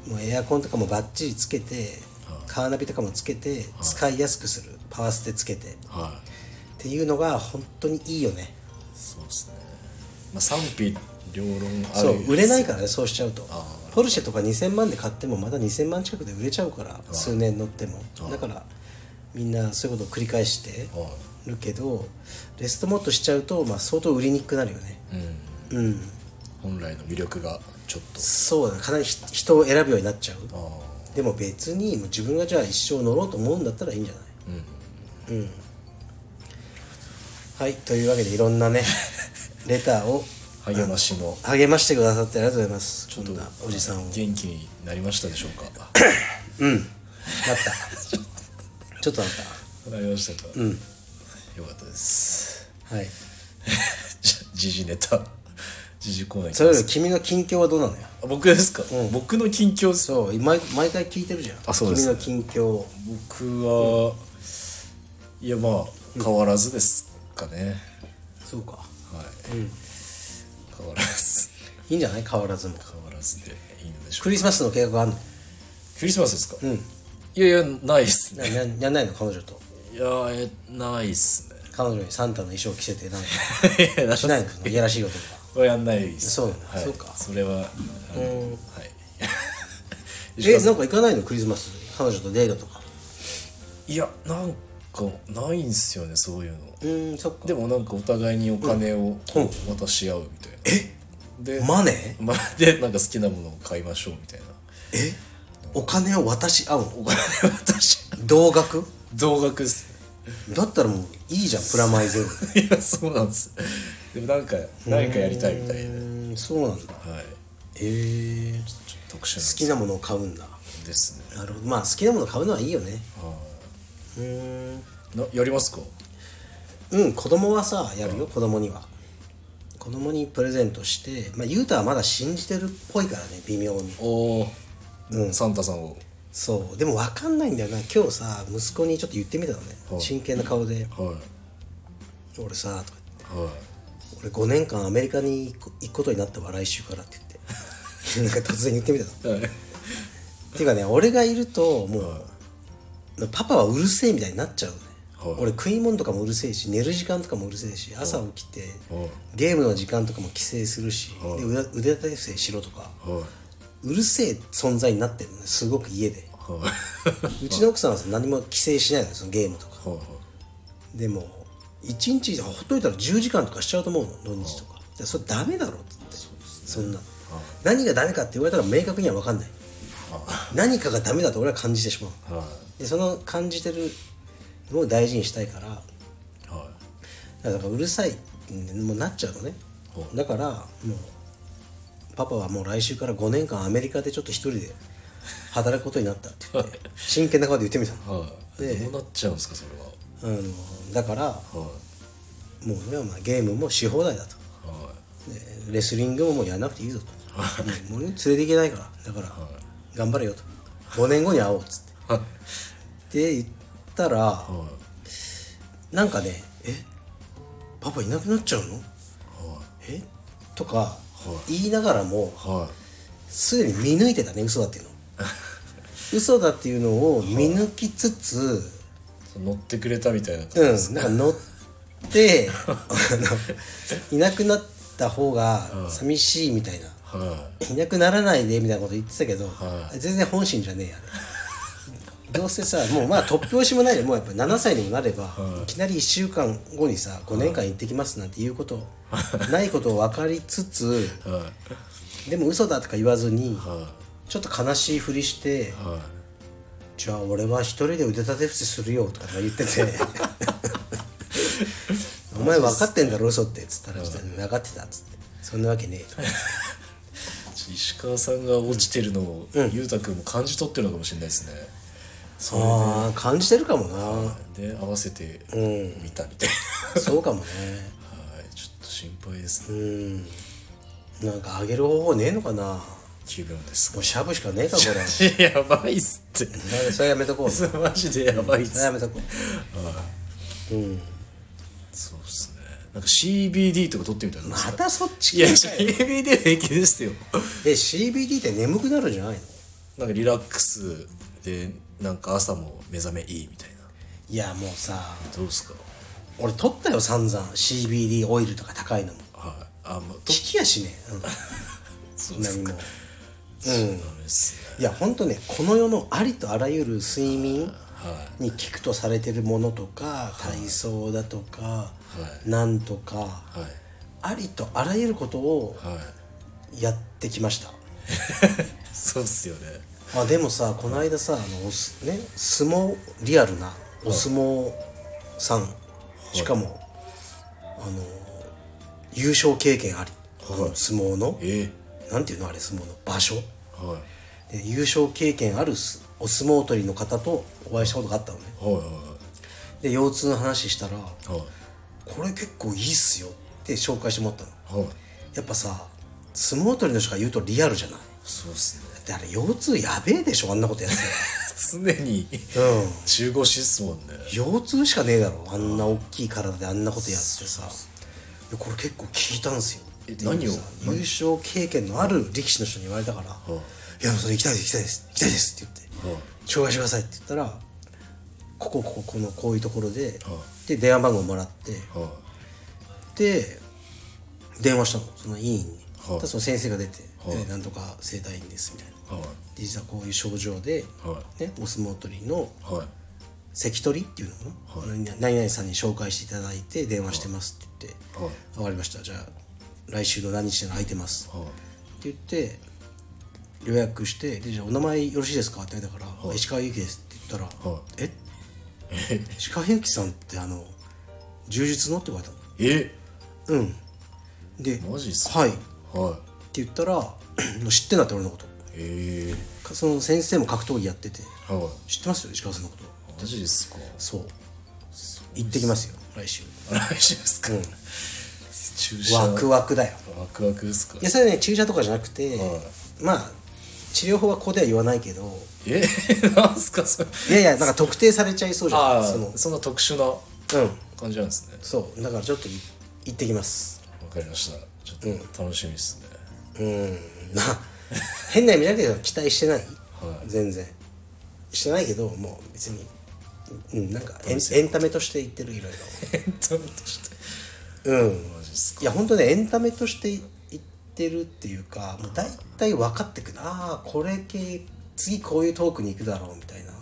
もうエアコンとかもバッチリつけて、はい、カーナビとかもつけて、はい、使いやすくするパワーステつけて、はい、っていうのが本当にいいよね。 そうですね、まあ、賛否両論ある。 そう売れないからねそうしちゃうと。ポルシェとかにせんまんで買ってもまだにせんまん近くで売れちゃうから数年乗っても。だからみんなそういうことを繰り返してるけどレストモットしちゃうとまあ相当売りにくくなるよね。うん、うん、 本来の魅力がちょっとそうだかなり人を選ぶようになっちゃう。でも別に自分がじゃあ一生乗ろうと思うんだったらいいんじゃない。うん、うん、はいというわけでいろんなねレターを励ましの励ましてくださってありがとうございます。 ちょっとおじさんを元気になりましたでしょうか。 うんなったちょっとなったなりましたか。うんよかったです。はい時事ネタ時事コーナー。 それより君の近況はどうなのよ。 僕ですか、うん、僕の近況。 そう毎毎回聞いてるじゃん。あそうです、ね、君の近況。 僕は、うん、いやまあ変わらずですかね、 うん、そうかはい、うん変わらずいいんじゃない変わらずも変わらずでいいのでしょうか。 クリスマスの計画あんの。 クリスマスですか。 うんいやいやないっすね。 や, やんないの彼女と。 いやえないっすね。 彼女にサンタの衣装着せてなんかしないのいやらしいこととかはやんないっす、 ね、そう、 はい、 そうかそれはうんはいえなんか行かないのクリスマス彼女とデートとか。 いやなんかないんすよねそういうの。 うんそっか。 でもなんかお互いにお金を渡し合うみたいな、 うん、えでマネー、 ま、でなんか好きなものを買いましょうみたいな。 えお金を渡し合うの。 お金を渡し合う同額同額っすね。だったらもういいじゃんプラマイゼロいやそうなんですでもなんか何かやりたいみたいで。 うんそうなんだ。はいえー、ちょっと特殊な好きなものを買うんだですね。 なるほどまあ好きなものを買うのはいいよね。はあうんなやりますか。 うん子供はさやるよ。子供には子供にプレゼントしてまあゆうたはまだ信じてるっぽいからね微妙に。 おうん、サンタさんを。 そうでも分かんないんだよな。今日さ息子にちょっと言ってみたのね、はい、真剣な顔で、はい、俺さとか言って、はい、俺ごねんかんアメリカに行くことになったわ来週からって言ってなんか突然言ってみたの、はい、っていうかね俺がいるともう、はい、パパはうるせえみたいになっちゃうね、はい、俺食い物とかもうるせえし寝る時間とかもうるせえし朝起きて、はい、ゲームの時間とかも規制するし、はい、で腕腕立て伏せしろとか、はいうるせえ存在になってるのねすごく家で、はい、うちの奥さんは何も規制しないのよそのゲームとか、はい、でもいちにちほっといたらじゅうじかんとかしちゃうと思うの土日とか、はい、それダメだろっつって そ, そんな、はい、何がダメかって言われたら明確には分かんない、はい、何かがダメだと俺は感じてしまう、はい、でその感じてるのを大事にしたいから、はい、だからうるさいもうなっちゃうのね、はい、だからもうパパはもう来週からごねんかんアメリカでちょっと一人で働くことになったって言って真剣な顔で言ってみたの、はい、でどうなっちゃうんですかそれは。 あのだから、はい、もうねまあゲームもし放題だと、はい、でレスリングももうやらなくていいぞと、はい、もう、ね、連れていけないからだから、はい、頑張れよとごねんごに会おうっつって、はい、って言ったら、はい、なんかねえパパいなくなっちゃうの、はい、えとか言いながらも、はい、すでに見抜いてたね嘘だっていうの嘘だっていうのを見抜きつつ、はい、 乗ってくれたみたいな感じですね。うん、なんか乗っていなくなった方が寂しいみたいな、はい、いなくならないでみたいなこと言ってたけど、はい、全然本心じゃねえやねどうせさもうまあ突拍子もないでもうやっぱななさいにもなれば、はい、いきなりいっしゅうかんごにさごねんかん行ってきますなんていうことないことを分かりつつ、はい、でも嘘だとか言わずに、はい、ちょっと悲しいふりして、はい、じゃあ俺は一人で腕立て伏せするよとか言っててお前分かってんだろ嘘ってっつったら分かってたっつって、そんなわけねえと石川さんが落ちてるのを、うん、ゆうたくんも感じ取ってるのかもしれないですね。 それでああ感じてるかもな。 で合わせて見たみたいな、 うん、そうかもねはいちょっと心配ですね。 うんなんか上げる方法ねえのかな。 気分ですか。 もうシャブしかねえかこれやばいっすってそれやめとこうマジでやばいっす、 それやめとこううんそうっすね。なんか シービーディー とか取ってみたらまたそっち系いや シービーディー 平気ですよえ シービーディー って眠くなるんじゃないの。 なんかリラックスでなんか朝も目覚めいいみたいな。 いやもうさどうですか。 俺取ったよ散々 シービーディー オイルとか高いのも、 はい、あもう効きやしねえ、うん、 そうですか。 何もうん、ダメっすね。 いやほんとねこの世のありとあらゆる睡眠に効くとされてるものとか、はい、体操だとか、はい、なんとか、はい、ありとあらゆることをやってきました、はい、 そうっすよね。 あでもさこの間さあの、ね、相撲リアルなお相撲さん、はい、しかも、はい、あの優勝経験あり、はい、相撲の、えー、なんていうのあれ相撲の場所、はい、で優勝経験あるお相撲取りの方とお会いしたことがあったのね、はいはいはい、で腰痛の話したら、はい、これ結構いいっすよって紹介してもらったの、はい、やっぱさ相撲取りの人が言うとリアルじゃない。 そうっすね。 だってあれ腰痛やべえでしょあんなことやってたら常に、うん、中腰っすもんね。 腰痛しかねえだろあんな大きい体であんなことやってさ、これ結構聞いたんすよ。 え何を優勝経験のある力士の人に言われたから、はい、いやそれ行きたいです行きたいです行きたいですって言って、はい、紹介してくださいって言ったらこここここのこういうところで、はい、で電話番号もらって、はい、で電話したのその委員に、はい、その先生が出て、はい、なんとか整体院ですみたいな、はい、実はこういう症状で、はいね、お相撲取りの、はい、関取っていうのかな、はい、何々さんに紹介していただいて電話してますって言って、はい、分かりましたじゃあ来週の何日なら空いてます、はい、って言って予約してでじゃあお名前よろしいですかって言われたから、はい、石川由紀ですって言ったら、はい、え石川由紀さんってあの柔術のって言われたの。えうんでマジっすか。 はい、はい、って言ったら知ってんだって俺のこと。へえ。その先生も格闘技やってて、はい、知ってますよ石川さんのこと。 マジですか。そう行ってきますよ来週。 来週ですか、うん、 注射ワクワクだよ。 ワクワクですか。 いやそれね注射とかじゃなくて、はい、まあ治療法はここでは言わないけどえなんすかそれ。 いやいやなんか特定されちゃいそうじゃん。 そのその特殊な感じなんですね、うん、 そうだからちょっと行ってきます。 わかりました。ちょっと楽しみですね。 うんな変な意味だけど期待してない、はい、全然してないけどもう別に、うん、なんかエン、エンタメとして言ってるいろいろエンタメとしてうんマジっすか。いや本当ねエンタメとして言ってるっていうかもう大体分かってくる。ああこれ系次こういうトークに行くだろうみたいな、はい、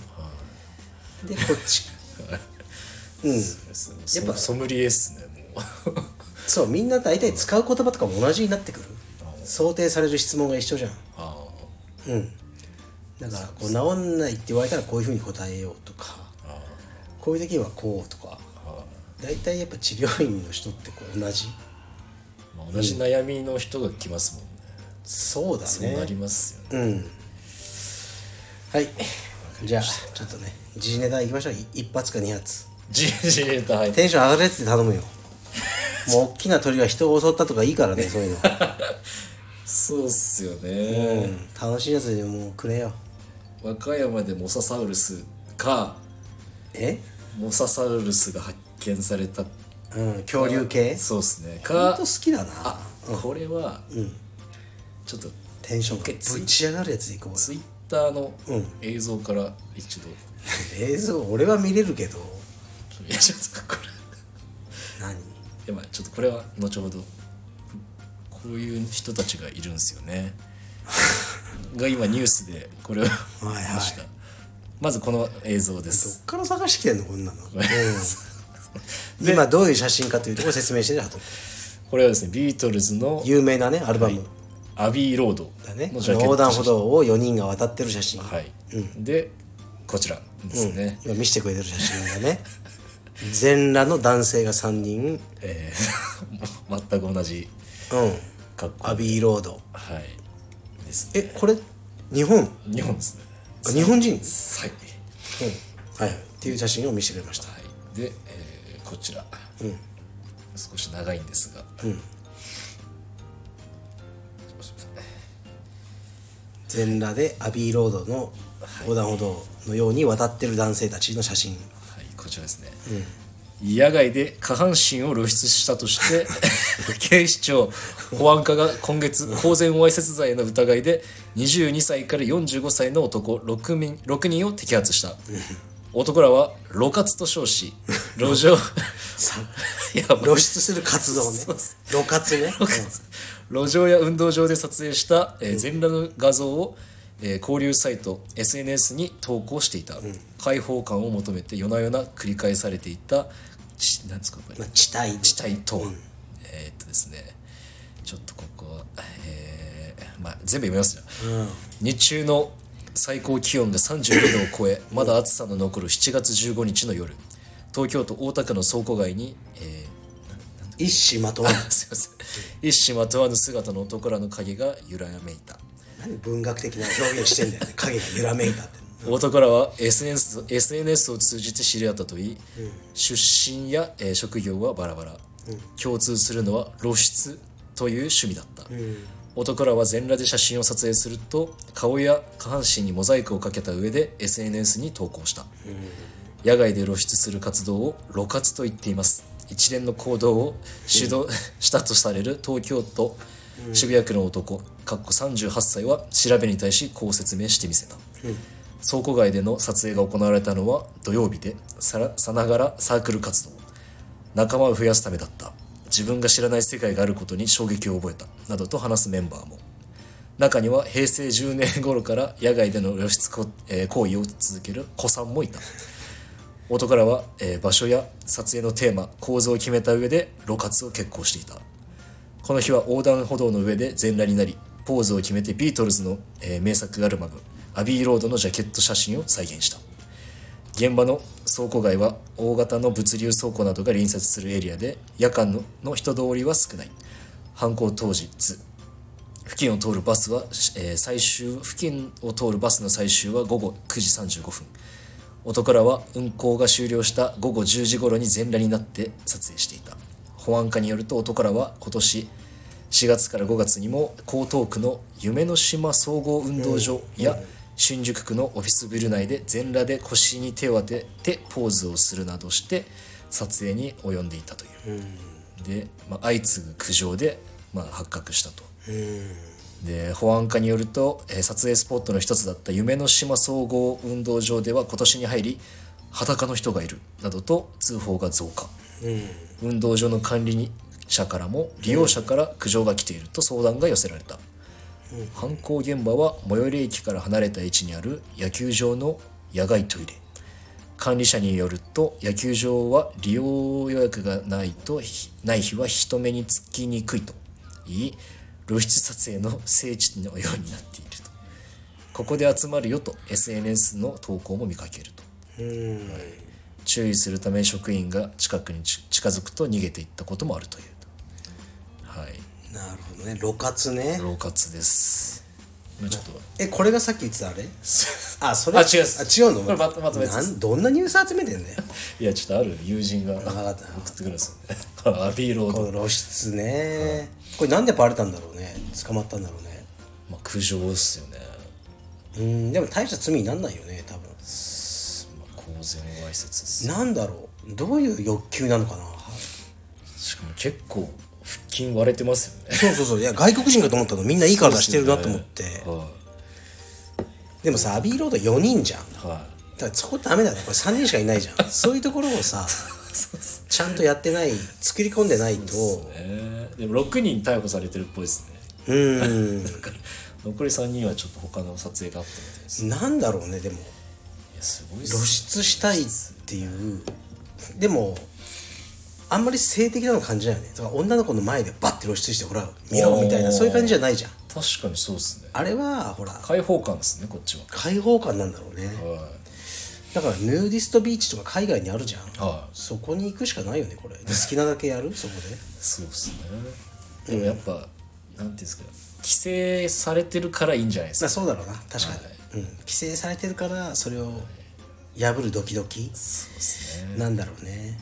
でこっちうんやっぱソムリエっすねもうそうみんな大体使う言葉とかも同じになってくる。想定される質問が一緒じゃん。あうんだからこう治んないって言われたらこういうふうに答えようとかこういう時はこうとか大体やっぱ治療院の人ってこう同じ、 まあ、同じ悩みの人が来ますもんね、うん、 そうだねそうなりますよね。うんはいじゃあちょっとね時事ネタいきましょう。一発か二発時事ネタ、はい、 テンション上がるやつで頼むよもう大きな鳥が人を襲ったとかいいからねそういうのそうっすよね、 うん、楽しいやつでもうくれよ。 和歌山でモササウルスかえモササウルスが発見された、 うん、恐竜系そうっすねかほんと好きだなあ、うん、これは、うん、ちょっとテンションがぶち上がるやつでいこう。 ツイッターの映像から一度、うん、 映像俺は見れるけどいやちょっとこれ何いやまあちょっとこれは後ほどこういう人たちがいるんですよねが今ニュースでこれを見ました、はいはい、まずこの映像です。 どっから探してきてんのこんなの、うん、今どういう写真かというところを説明してるはず。 これはですねビートルズの有名なねアルバム、はい、 アビーロードだね横断歩道をよにんが渡ってる写真、 はい、うん、でこちらですね、 うん、今見せてくれてる写真がね全裸の男性がさんにん、 えー、全く同じ格好、 うん、アビーロード、 はいですね。 えこれ日本日本ですね。 あ日本人、 はい、 うん、はいはいっていう写真を見せてくれました、 はい、で、えー、こちら、 うん、 少し長いんですが、うん、 全裸でアビーロードの横断歩道のように渡ってる男性たちの写真、 はい、こちらですね、うん、野外で下半身を露出したとして警視庁保安課が今月公然わいせつ罪の疑いでにじゅうにさいからよんじゅうごさいの男 ろくにん、ろくにんを摘発した。男らは露活と称し路上露出する活動ね、露活ね、 路上や運動場で撮影した、えー、全裸の画像を、えー、交流サイト エスエヌエス に投稿していた、うん、解放感を求めて夜な夜な繰り返されていたちなんですかこれ、 まあ、地帯地帯とは、うん、えー、っとですねちょっとここは、えーまあ、全部読みますよ、うん、日中の最高気温がさんじゅうにどを超えまだ暑さの残るしちがつじゅうごにちの夜、東京都大田区の倉庫街に、えー、一糸まとわぬすいません一糸まとわぬ姿の男らの影が揺らめいた。 何文学的な表現してんだよね影が揺らめいたって、 うん、男らは エスエヌエス, エスエヌエス を通じて知り合ったといい、うん、出身や、えー、職業はバラバラ、うん、共通するのは露出という趣味だった、うん、男らは全裸で写真を撮影すると顔や下半身にモザイクをかけた上で エスエヌエス に投稿した、うん、野外で露出する活動を露活と言っています。一連の行動を主導、うん、したとされる東京都渋谷区の男かっこさんじゅうはっさいは調べに対しこう説明してみせた、うん、倉庫街での撮影が行われたのは土曜日でさ, さながらサークル活動、仲間を増やすためだった、自分が知らない世界があることに衝撃を覚えたなどと話すメンバーも、中にはへいせいじゅうねん頃から野外での露出行為を続ける子さんもいた。男らは、えー、場所や撮影のテーマ構造を決めた上で露活を決行していた。この日は横断歩道の上で全裸になりポーズを決めてビートルズの、えー、名作アルバムアビーロードのジャケット写真を再現した。現場の倉庫街は大型の物流倉庫などが隣接するエリアで夜間 の, の人通りは少ない。犯行当日付近を通るバスは、えー、最終付近を通るバスの最終はごごくじさんじゅうごふん。男らは運行が終了したごごじゅうじ頃に全裸になって撮影していた。保安課によると男らは今年しがつからごがつにも江東区の夢の島総合運動場や新宿区のオフィスビル内で全裸で腰に手を当ててポーズをするなどして撮影に及んでいたという、うん、で、まあ、相次ぐ苦情で、まあ、発覚したと、うん、で保安課によると、えー、撮影スポットの一つだった夢の島総合運動場では今年に入り裸の人がいるなどと通報が増加、うん、運動場の管理者からも利用者から苦情が来ていると相談が寄せられた、うん、犯行現場は最寄り駅から離れた位置にある野球場の野外トイレ。管理者によると野球場は利用予約がないとない日は人目につきにくいと言い露出撮影の聖地のようになっていると。ここで集まるよと エスエヌエス の投稿も見かけると、うん、はい、注意するため職員が近くに近づくと逃げていったこともあるという。はい、 なるほどね、露活ね。 露活です。ちょっとえこれがさっき言ってたあれあそれあ違うあ違うのこれまたまた別です。 どんなニュース集めてんだよいやちょっとある友人が送ってくるんですよねアビーロードこの露出ね、うん、これなんでバレたんだろうね、捕まったんだろうね。 まあ苦情っすよね。 うんでも大した罪になんないよね多分、まあ、公然わいせつです。 なんだろうどういう欲求なのかな。 しかも結構腹筋割れてますよね。 そうそうそう、いや外国人かと思ったのみんないい体してるなと思って、ね、はい、でもさアビーロードよにんじゃん、はい、だからそこダメだね、これさんにんしかいないじゃんそういうところをさちゃんとやってない作り込んでないと。そうですね、 でもろくにん逮捕されてるっぽいですね。うん残りさんにんはちょっと他の撮影があったみたいです。 なんだろうねでもいやすごい露出したいっていうでもあんまり性的なの感じないよね。だから女の子の前でバッて露出してほら見ろみたいなそういう感じじゃないじゃん。 確かにそうですね。 あれはほら開放感ですねこっちは。 開放感なんだろうね、はだからヌーディストビーチとか海外にあるじゃん、 はい、 そこに行くしかないよねこれ。好きなだけやるそこで。 そうですね。でもやっぱ、うん、なんていうんですか、規制されてるからいいんじゃないですか。 まあ、そうだろうな確かに、はい、うん、規制されてるからそれを破るドキドキ、 そうですね、 なんだろうね、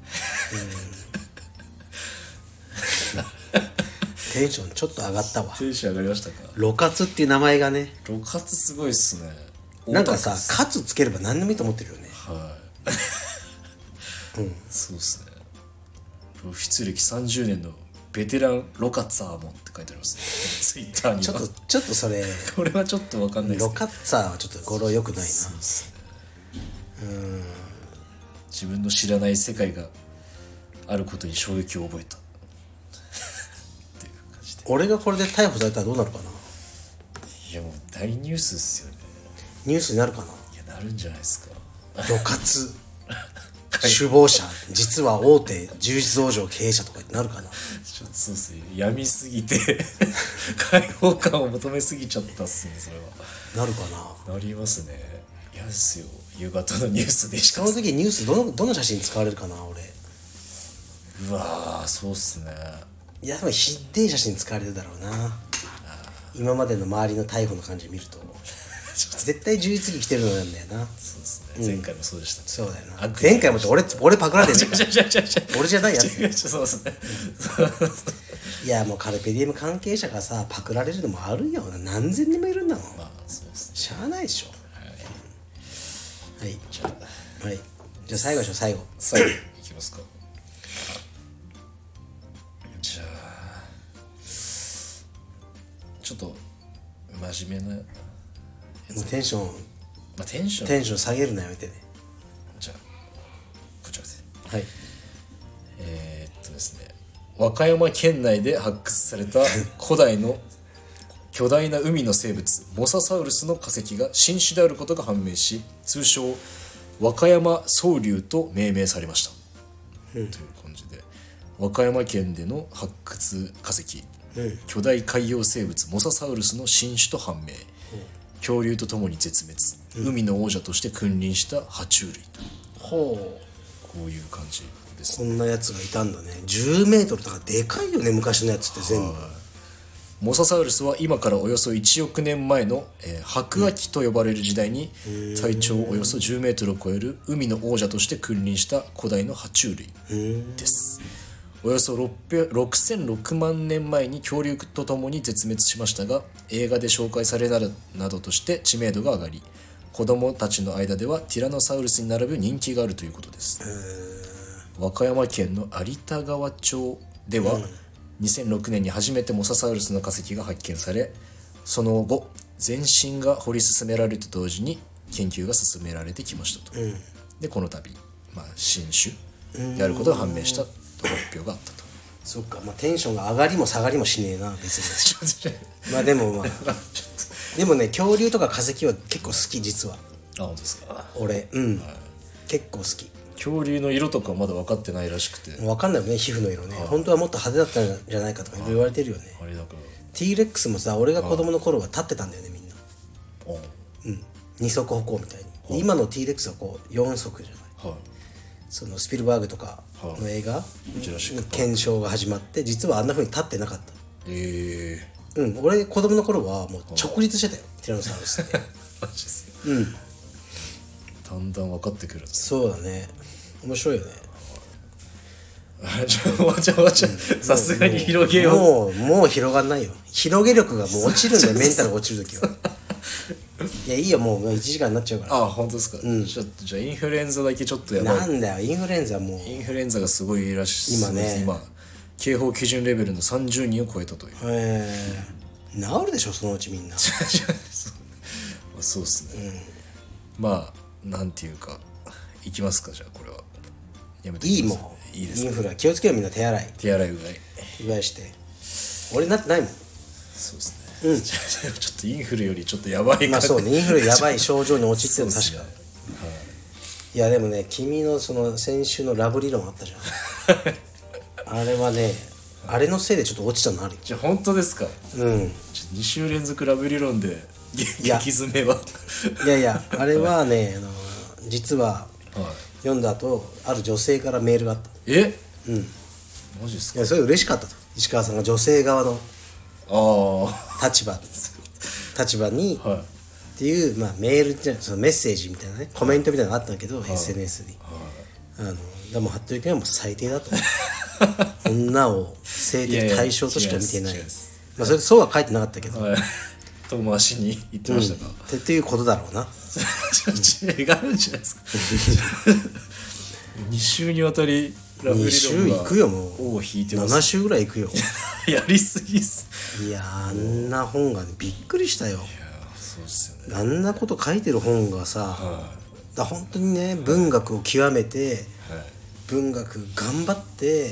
うん、テンションちょっと上がったわ。 テンション上がりましたか。 ロカツっていう名前がね、 ロカツすごいっすね。 なんかさ、カツつければ何でもいいと思ってるよね。 はい、うん、そうっすね。露出歴さんじゅうねんのベテランロカッツァーもって書いてありますね、ツイッターには。ちょっとちょっとそれこれはちょっと分かんないですけど、 ロカッツァーはちょっと語呂良くないな。そうっすね、うん、 自分の知らない世界があることに衝撃を覚えたっていう感じで。 俺がこれで逮捕されたらどうなるかな。 いやもう大ニュースですよね。 ニュースになるかな。いやなるんじゃないですか。 ロカツ首謀者実は大手柔術道場経営者とかになるかな。ちょっとそうっすね、闇すぎて開放感を求めすぎちゃったっすね。それはなるかな。 なりますね。嫌ですよ、夕方のニュースでしか。 その時ニュースどのどの写真使われるかな俺。 うわーそうっすね。 いやでもひっでえ写真使われるだろうな。今までの周りの逮捕の感じ見ると絶対じゅういち着着てるのなんだよな。 そうですね、前回もそうでしたね、 そうだよな。前回もって俺俺パクられてるから俺じゃないやつ。 そうですねいやもうカルペディウム関係者がさパクられるのもあるよな。何千人もいるんだもん。まあそうですね、しゃあないでしょ。はい、はい、じゃあ、はい、じゃあ最後でしょ。最後最後いきますか。じゃあちょっと真面目なもうテンション、 まあ、テンションテンション下げるのやめてね。 じゃあこちらです。 はい、 えー、っとですね、和歌山県内で発掘された古代の巨大な海の生物モササウルスの化石が新種であることが判明し、通称和歌山総竜と命名されました、うん、という感じで和歌山県での発掘化石、うん、巨大海洋生物モササウルスの新種と判明、うん、恐竜とともに絶滅、うん、海の王者として君臨した爬虫類と、ほう、こういう感じですね。こんなやつがいたんだね。じゅうメートルとかでかいよね昔のやつって全部。 モササウルスは今からおよそいちおくねんまえの、えー、白亜紀と呼ばれる時代に体長およそじゅうメートルを超える海の王者として君臨した古代の爬虫類です。およそろくせんろくまんねんまえに恐竜とともに絶滅しましたが、映画で紹介されるなどとして知名度が上がり、子供たちの間ではティラノサウルスに並ぶ人気があるということです。和歌山県の有田川町では、うん、にせんろくねんに初めてモササウルスの化石が発見され、その後全身が掘り進められると同時に研究が進められてきましたと、うん、でこの度、まあ、新種であることが判明したと発表があったと。 そっか、まあ、テンションが上がりも下がりもしねえな別にまあでもまあでもね恐竜とか化石は結構好き実は。 あ、本当ですか。 俺うん、はい、結構好き。 恐竜の色とかまだ分かってないらしくて。 分かんないよね皮膚の色ね。本当はもっと派手だったんじゃないかとか言われてるよね。あれだから T レックスもさ、俺が子供の頃は立ってたんだよねみんな。うん二足歩行みたいに。今の T レックスはこうよん足じゃない、はい、そのスピルバーグとかの映画、はい、検証が始まって実はあんな風に立ってなかった。へえー、うん、俺子供の頃はもう直立してたよ、はい、ティラノサウルスってマジですよ。うん、 だんだん分かってくるんです。 そうだね、面白いよね。 さすがに広げよう。 もうもう広がんないよ。広げ力がもう落ちるんだよメンタルが落ちるときは。いやいいよ、もういちじかんになっちゃうから。 ああ本当ですか、うん、ちょっとじゃあインフルエンザだけちょっとやばい。 なんだよインフルエンザ。もうインフルエンザがすごいらしい今ね。今警報基準レベルのさんじゅうにんを超えたという。 へえ、治るでしょそのうちみんな。 そうっすね、うん、まあなんていうかいきますか。じゃあこれはやめていい。もういいですか。インフルは気をつけようみんな。手洗い手洗いうがい。 うがいして。俺なってないもん。 そうですね、うん、ちょっとインフルよりちょっとやばい。 まあそうね、インフルやばい症状に陥ってるの確か、ね、はい、いやでもね君のその先週のラブ理論あったじゃんあれはね、あれのせいでちょっと落ちたのあるよ。 じゃあ本当ですか。うんに週連続ラブ理論で激詰めは。 いやいやあれはねあの実は読んだ後ある女性からメールがあった。 えうんマジですか。 いやそれ嬉しかったと。石川さんが女性側のあ立場立場に、 あはいっていう、まあ、メールじゃそのメッセージみたいなねコメントみたいなのがあったんだけど、はい、エスエヌエス に、はい、あのでも服部君はもう最低だと女を性的対象としか見てない。いやいやまあ、それそうは書いてなかったけど、はい、 遠回しに言ってましたか、 うん、っていうことだろうな。 違うがあるんじゃないですかに週にわたりラブリロンがに週いくよもう尾を引いてます。 なな週ぐらいいくよやりすぎっす。 いやあんな本が、ね、びっくりしたよ。いやそうっすよね。 あんなこと書いてる本がさ、はい、だ本当にね文学を極めて、はい、文学頑張って、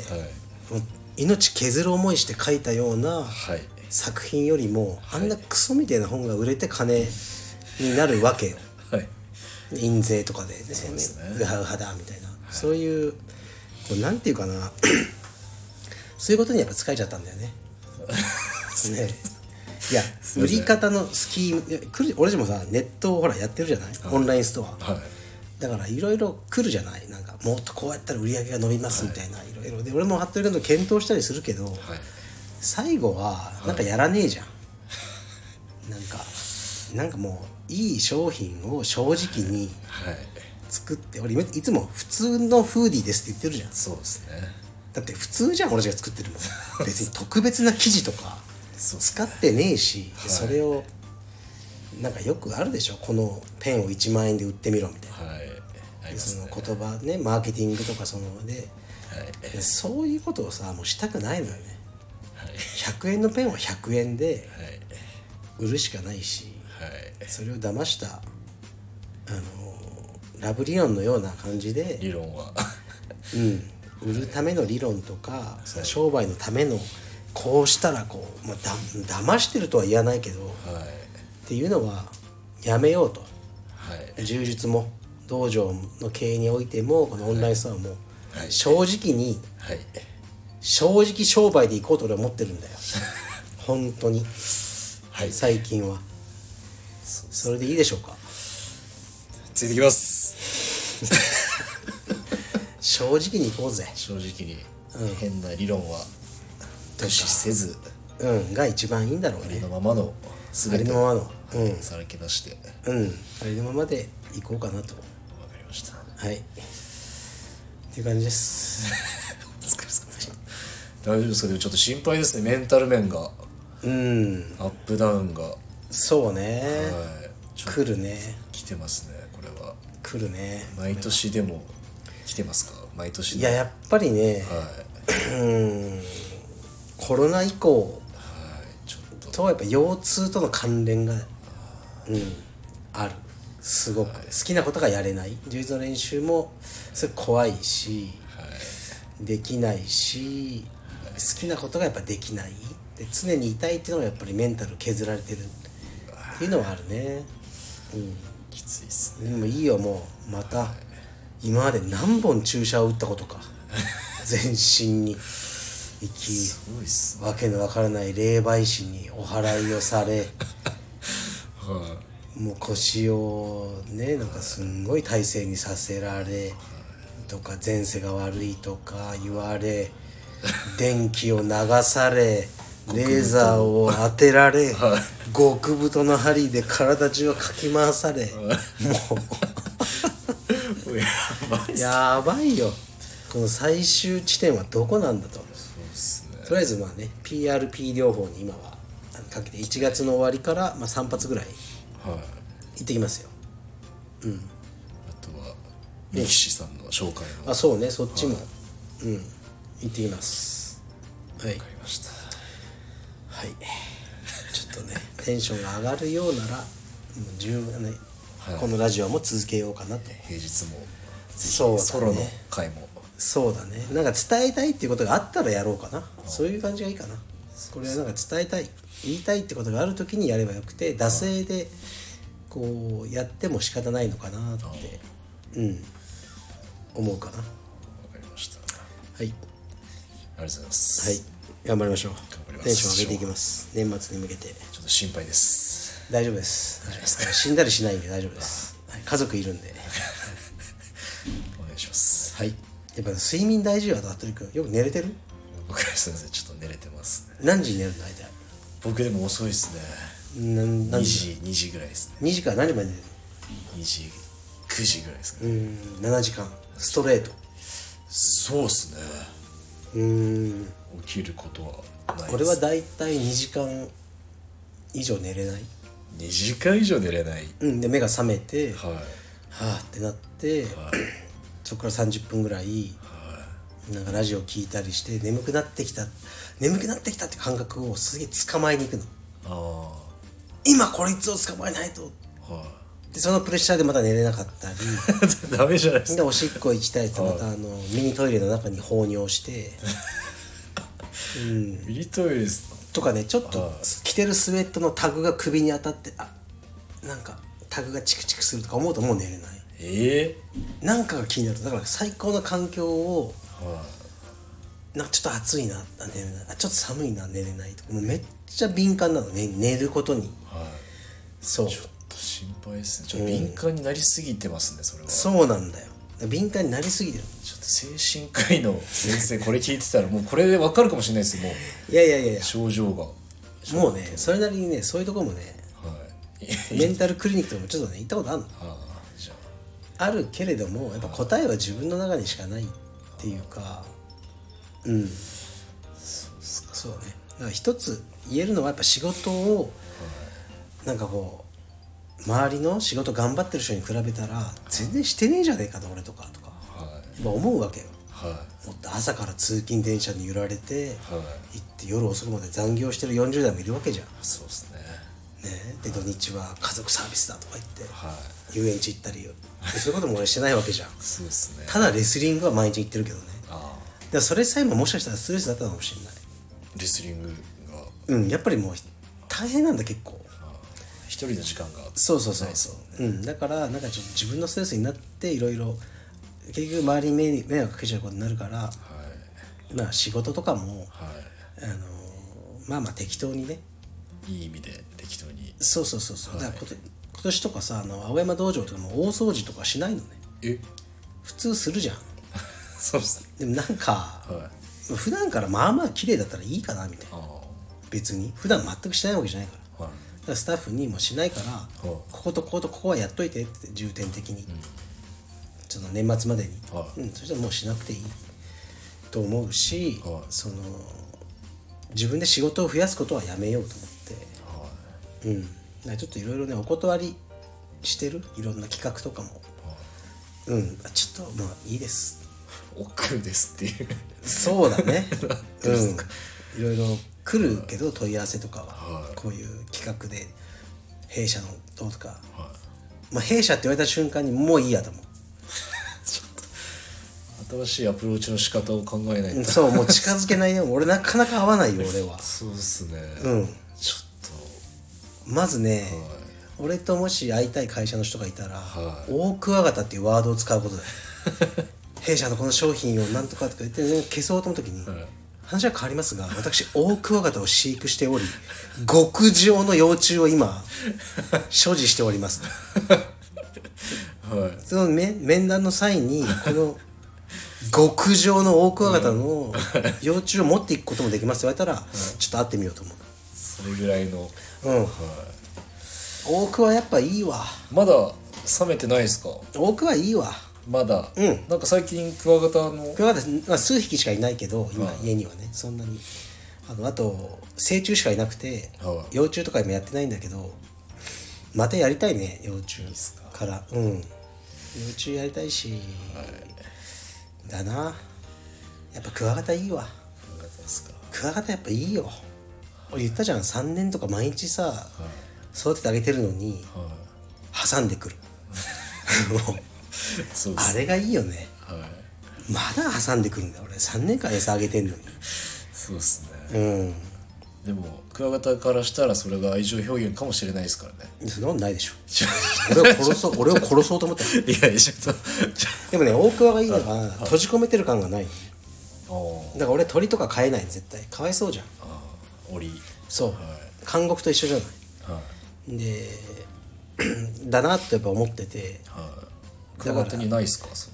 はい、もう命削る思いして書いたような作品よりも、はい、あんなクソみたいな本が売れて金になるわけよ、はい、印税とかでねウハウハだみたいな、はい、そういうこうなんていうかなそういうことにやっぱ疲れちゃったんだよねねいや売り方のスキーム俺たちもさネットをほらやってるじゃない、はい、オンラインストア、はい、だからいろいろ来るじゃない。なんかもっとこうやったら売り上げが伸びますみたいな、はい、いろいろで俺も服部君と検討したりするけど、はい、最後はなんかやらねえじゃん、はい、なんかなんかもういい商品を正直に作って、はいはい、俺いつも普通のフーディーですって言ってるじゃん。 そうですね。 だって普通じゃん俺たちが作ってるもん別に特別な生地とか使ってねえし、はい、それをなんかよくあるでしょ、このペンをいちまんえんで売ってみろみたいな、はい、ありますね。その言葉ねマーケティングとかそので、はい、そういうことをさもうしたくないのよね、はい、ひゃくえんのペンはひゃくえんで売るしかないし、はい、それを騙したあのラブ理論のような感じで理論はうん売るための理論とか、はい、商売のためのこうしたらこう、まあ、だ騙してるとは言わないけど、はい、っていうのはやめようと、はい、柔術も道場の経営においてもこのオンラインストアも正直に、はいはい、正直商売でいこうと俺は思ってるんだよ本当に、はい、最近は そ, それでいいでしょうか。 ついてきます正直にいこうぜ。 正直に、うん、変な理論は無視せず、 うんが一番いいんだろうね。 ありのままのありのままの、 うん、さらけ出してうんありのままでいこうかなと。わかりました。 はいっていう感じですお疲れ様でした。大丈夫ですか。でもちょっと心配ですね、メンタル面が。うんアップダウンがそうね、 はい、 来るね。 来てますねこれは。 来るね。 毎年でも来てますか。毎年。 いややっぱりね、はい、うんコロナ以降、はい、ちょっととやっぱ腰痛との関連が、うん、ある。すごく、はい、好きなことがやれない。柔術の練習もそれ怖いし、はい、できないし、はい、好きなことがやっぱできないで常に痛いっていうのがやっぱりメンタル削られてるっていうのはあるね。うん、 きついっすね。 でもいいよもうまた、はい、今まで何本注射を打ったことか全身に行き、すごいっすね、わけのわからない霊媒師にお祓いをされ、はい、もう腰をねなんかすんごい体勢にさせられとか前世が悪いとか言われ電気を流されレーザーを当てられ極太の針で体中をかき回され、もうやばいよ。この最終地点はどこなんだと。そうですね、とりあえずまあね ピーアールピー 療法に今はかけていちがつの終わりからまあさん発ぐらい行ってきますよ。うん。 あとは力士さんの紹介の、 あそうねそっちも、はい、うん行ってきます。はい。わかりました。はい。ちょっとねテンションが上がるようならもう十分ね、はい、このラジオも続けようかなと。 平日もそうだね、 ソロの回もそうだね。なんか伝えたいっていうことがあったらやろうかな。そういう感じがいいかな。これはなんか伝えたい言いたいってことがあるときにやればよくて惰性でこうやっても仕方ないのかなってうん思うかな。わかりました。 はい。ありがとうございます。 はい。頑張りましょう。頑張ります。テンション上げていきます。年末に向けて。 ちょっと心配です。 大丈夫です。大丈夫です。死んだりしないんで大丈夫です。はい、家族いるんで。 。 はい。やっぱ睡眠大事よ。服部君よく寝れてる？ 僕はすみません、ちょっと寝れてます、ね、 何時に寝るの大体？ 僕でも遅いですね。なにじにじぐらいですね。 にじから何時まで寝るの？ にじくじぐらいですかね。 うんななじかんストレート。 そうっすね。 うーん起きることはないです。 俺は大体にじかん以上寝れない。 にじかん以上寝れない。 うんで目が覚めて、 はい、 はあってなって、はい、そこからさんじゅっぷんぐらい、はい、なんかラジオ聞いたりして眠くなってきた眠くなってきたって感覚をすげえ捕まえに行くの。あ今こいつを捕まえないと、はい、でそのプレッシャーでまた寝れなかったりダメじゃないですか。 でおしっこ行きたいってまたあのミニトイレの中に放尿してうん、 ミニトイレですかとかね。ちょっと着てるスウェットのタグが首に当たってあなんかタグがチクチクするとか思うともう寝れない。 えー、なんかが気になるとだから最高の環境を、はあ、なんかちょっと暑いな寝れないあちょっと寒いな寝れないとかもうめっちゃ敏感なのね寝ることに、はい、そうちょっと心配ですね。ちょっと敏感になりすぎてますね、それは。 そうなんだよ敏感になりすぎてる。 ちょっと精神科医の先生これ聞いてたらもうこれで分かるかもしれないですよ。もういやいやいやいや症状がもうねそれなりにねそういうとこもね、はい、メンタルクリニックとかもちょっとね行ったことあるの。あじゃああるけれどもやっぱ答えは自分の中にしかないっていうかうんそうですか。そうね。だから一つ言えるのはやっぱ仕事をなんかこう周りの仕事頑張ってる人に比べたら全然してねえじゃねえかと俺とかとか、はい、思うわけよ、はい、もっと朝から通勤電車に揺られて、はい、行って夜遅くまで残業してるよんじゅう代もいるわけじゃん。 そうですね。 ねで土日は家族サービスだとか言って、はい、遊園地行ったりそういうことも俺してないわけじゃんそうですね。 ただレスリングは毎日行ってるけどね。あだからそれさえももしかしたらストレスだったのかもしれない。 レスリングがうんやっぱりもう大変なんだ結構一人の時間がそうそうそうそう、ねうん、だからなんかちょっと自分のストレスになっていろいろ結局周りに 迷, 迷惑かけちゃうことになるから、はい、まあ仕事とかも、はい、あのまあまあ適当にねいい意味で適当にそうそうそうそう、はい、だから今年とかさあの青山道場とかも大掃除とかしないのね。え普通するじゃんそうですね。 でもなんか、はい、普段からまあまあ綺麗だったらいいかなみたいな。別に普段全くしないわけじゃないから、はいだからスタッフにもしないから、はあ、こことこことここはやっといてって重点的に、うん、ちょっと年末までに、はあうん、そしたらもうしなくていいと思うし、はあ、その自分で仕事を増やすことはやめようと思って、はあ、うんだからちょっといろいろねお断りしてるいろんな企画とかも、はあ、うんちょっとまあいいです億ですっていうそうだねうんいろいろ来るけど問い合わせとかは、はい、こういう企画で弊社のどうとか、はいまあ、弊社って言われた瞬間にもういいやと思うちょっと新しいアプローチの仕方を考えないとそうもう近づけないよ俺なかなか合わないよ俺はそうですねうんちょっとまずね、はい、俺ともし会いたい会社の人がいたら、はい、大クワガタっていうワードを使うことだよ弊社のこの商品をなんとかとか言って、ね、消そうと思った時に、はい話は変わりますが私オオクワガタを飼育しており極上の幼虫を今所持しております、はい、その面談の際にこの極上のオオクワガタの幼虫を持っていくこともできますって言われたら、はい、ちょっと会ってみようと思う。 それぐらいのうん、 はい、オオクはやっぱいいわ。 まだ冷めてないですか？ オオクはいいわまだ、 うん、 なんか最近クワガタのクワガタ、まあ、数匹しかいないけど今、はい、家にはねそんなに あのあと成虫しかいなくて、はい、幼虫とかもやってないんだけどまたやりたいね幼虫からうん幼虫やりたいし、はい、だなやっぱクワガタいいわ。 クワガタですか？ クワガタやっぱいいよ。俺言ったじゃんさんねんとか毎日さ、はい、育ててあげてるのに、はい、挟んでくるもうそうあれがいいよね、はい、まだ挟んでくるんだよ俺さんねんかん餌あげてんのにそうっすねうんでもクワガタからしたらそれが愛情表現かもしれないですからね。 そんなことないでしょ俺を殺そう俺を殺そうと思ったいやいやちょっとでもね大クワがいいのは閉じ込めてる感がない。だから俺鳥とか飼えない絶対かわいそうじゃん。あ檻そう、はい、監獄と一緒じゃない、はい、でだなってやっぱ思ってて、 はいクワガタにないっすかその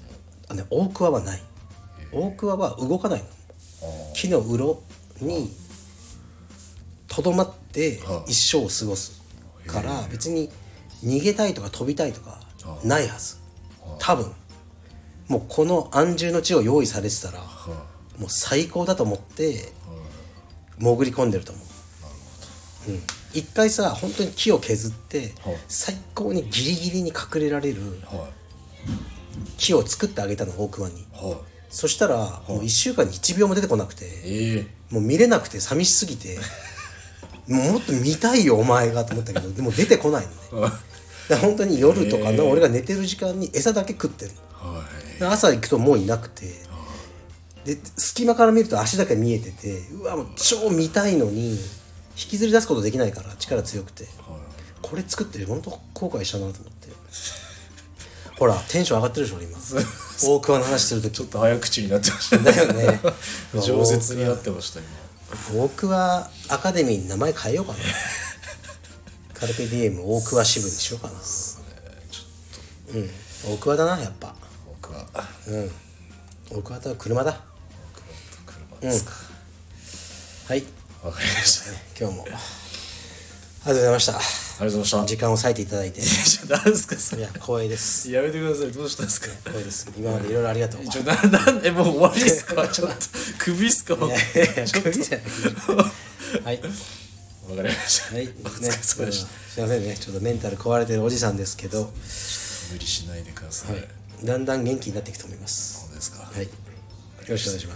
あ、ね、大桑はない。大桑は動かないの。木のうにとどまって一生を過ごすから別に逃げたいとか飛びたいとかないはず。多分もうこの安住の地を用意されてたらもう最高だと思って潜り込んでると思う。うん、一回さ本当に木を削って最高にギリギリに隠れられる木を作ってあげたの大桑に。そしたらもういっしゅうかんにいちびょうも出てこなくて、えー、もう見れなくて寂しすぎてもうもっと見たいよお前がと思ったけどでも出てこないのね。だ本当に夜とかの俺が寝てる時間に餌だけ食ってるの、はい、朝行くともういなくて、で隙間から見ると足だけ見えててうわもう超見たいのに引きずり出すことできないから力強くて、はい、これ作って本当後悔したなと思って。ほらテンション上がってるでしょ今大桑の話するとちょっと早口になってましただよね饒舌になってました今。大桑アカデミーに名前変えようかなカルペディエム大桑支部にしようかな。そうですね、ちょっとうん大桑だなやっぱ。 大桑うん大桑と車だ。 大桑と車ですか、 うん、はいわかりました、 ね、今日もありがとうございました。 ありがとうございました。 時間を割いていただいて。 何ですかそれ。 いや光栄です。 やめてください。どうしたんですか。 光栄です。今までいろいろありがとう。 ちょななんでもう終わりですか。ちょっと首っすか。いやいや首じゃない。はい。 わかりました。 はい。ね。 お疲れ様でした。 すいませんね。ちょっとメンタル壊れてるおじさんですけど。 無理しないでください。はい。 だんだん元気になっていくと思います。 そうですか。 はい。よろしくお願いします。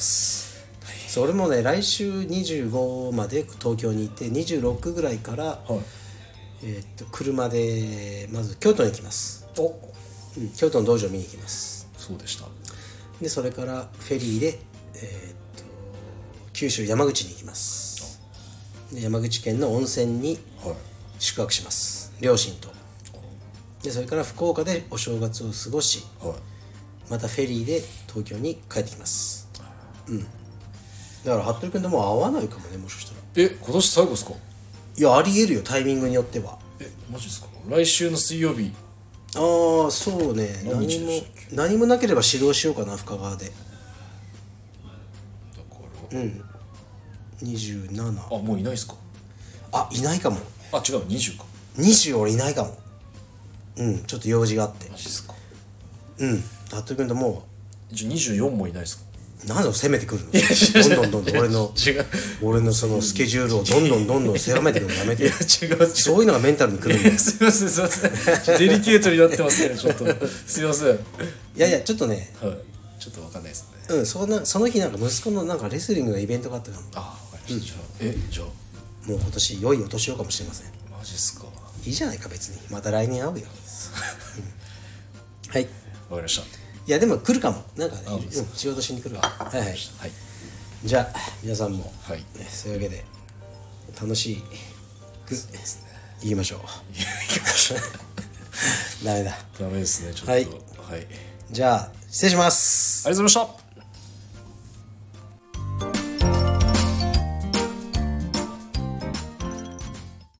そう、俺もね来週にじゅうごまで東京に行ってにじゅうろくぐらいから。はい。えー、っと車でまず京都に行きます。お、うん、京都の道場見に行きます。 そうでした。 でそれからフェリーで、えー、っと九州山口に行きます。で山口県の温泉に宿泊します、はい、両親と。でそれから福岡でお正月を過ごし、はい、またフェリーで東京に帰ってきます。うんだから服部君ともう会わないかもねもしかしたら。 え今年最後ですか。 いやありえるよタイミングによっては。 えマジですか。来週の水曜日。 ああそうね。何も何もなければ指導しようかな深川で。だからうんにじゅうなな。 あもういないですか。 あいないかも。 あ違うにじゅうか。 にじゅう俺いないかも。うんちょっと用事があって。 マジですか。 うん服部君ともうじゃにじゅうよんもいないですか。 なんで攻めてくるの。どんどんどんどん俺の俺のそのスケジュールをどんどんどんどん狭めてくるのやめて。いや違うそういうのがメンタルにくるんだよ。 すいませんすいませんデリケートになってますねちょっとすいません。いやいやちょっとね、 はい、ちょっとわかんないですね。 うんそのその日なんか息子のなんかレスリングのイベントがあったから。 あわかりました、うん、じゃあえじゃあもう今年良いお年をかもしれません。 マジっすか。 いいじゃないか別にまた来年会うよ、うん、はいわかりました。 いやでも来るかもなんかね、うん、仕事しに来るわ。はいはい、はい、じゃあ皆さんも、はいね、そういうわけで楽しいく、ね、言いましょうダメだダメですねちょっと、 はい、 はい、 じゃあ失礼します。 ありがとうございました。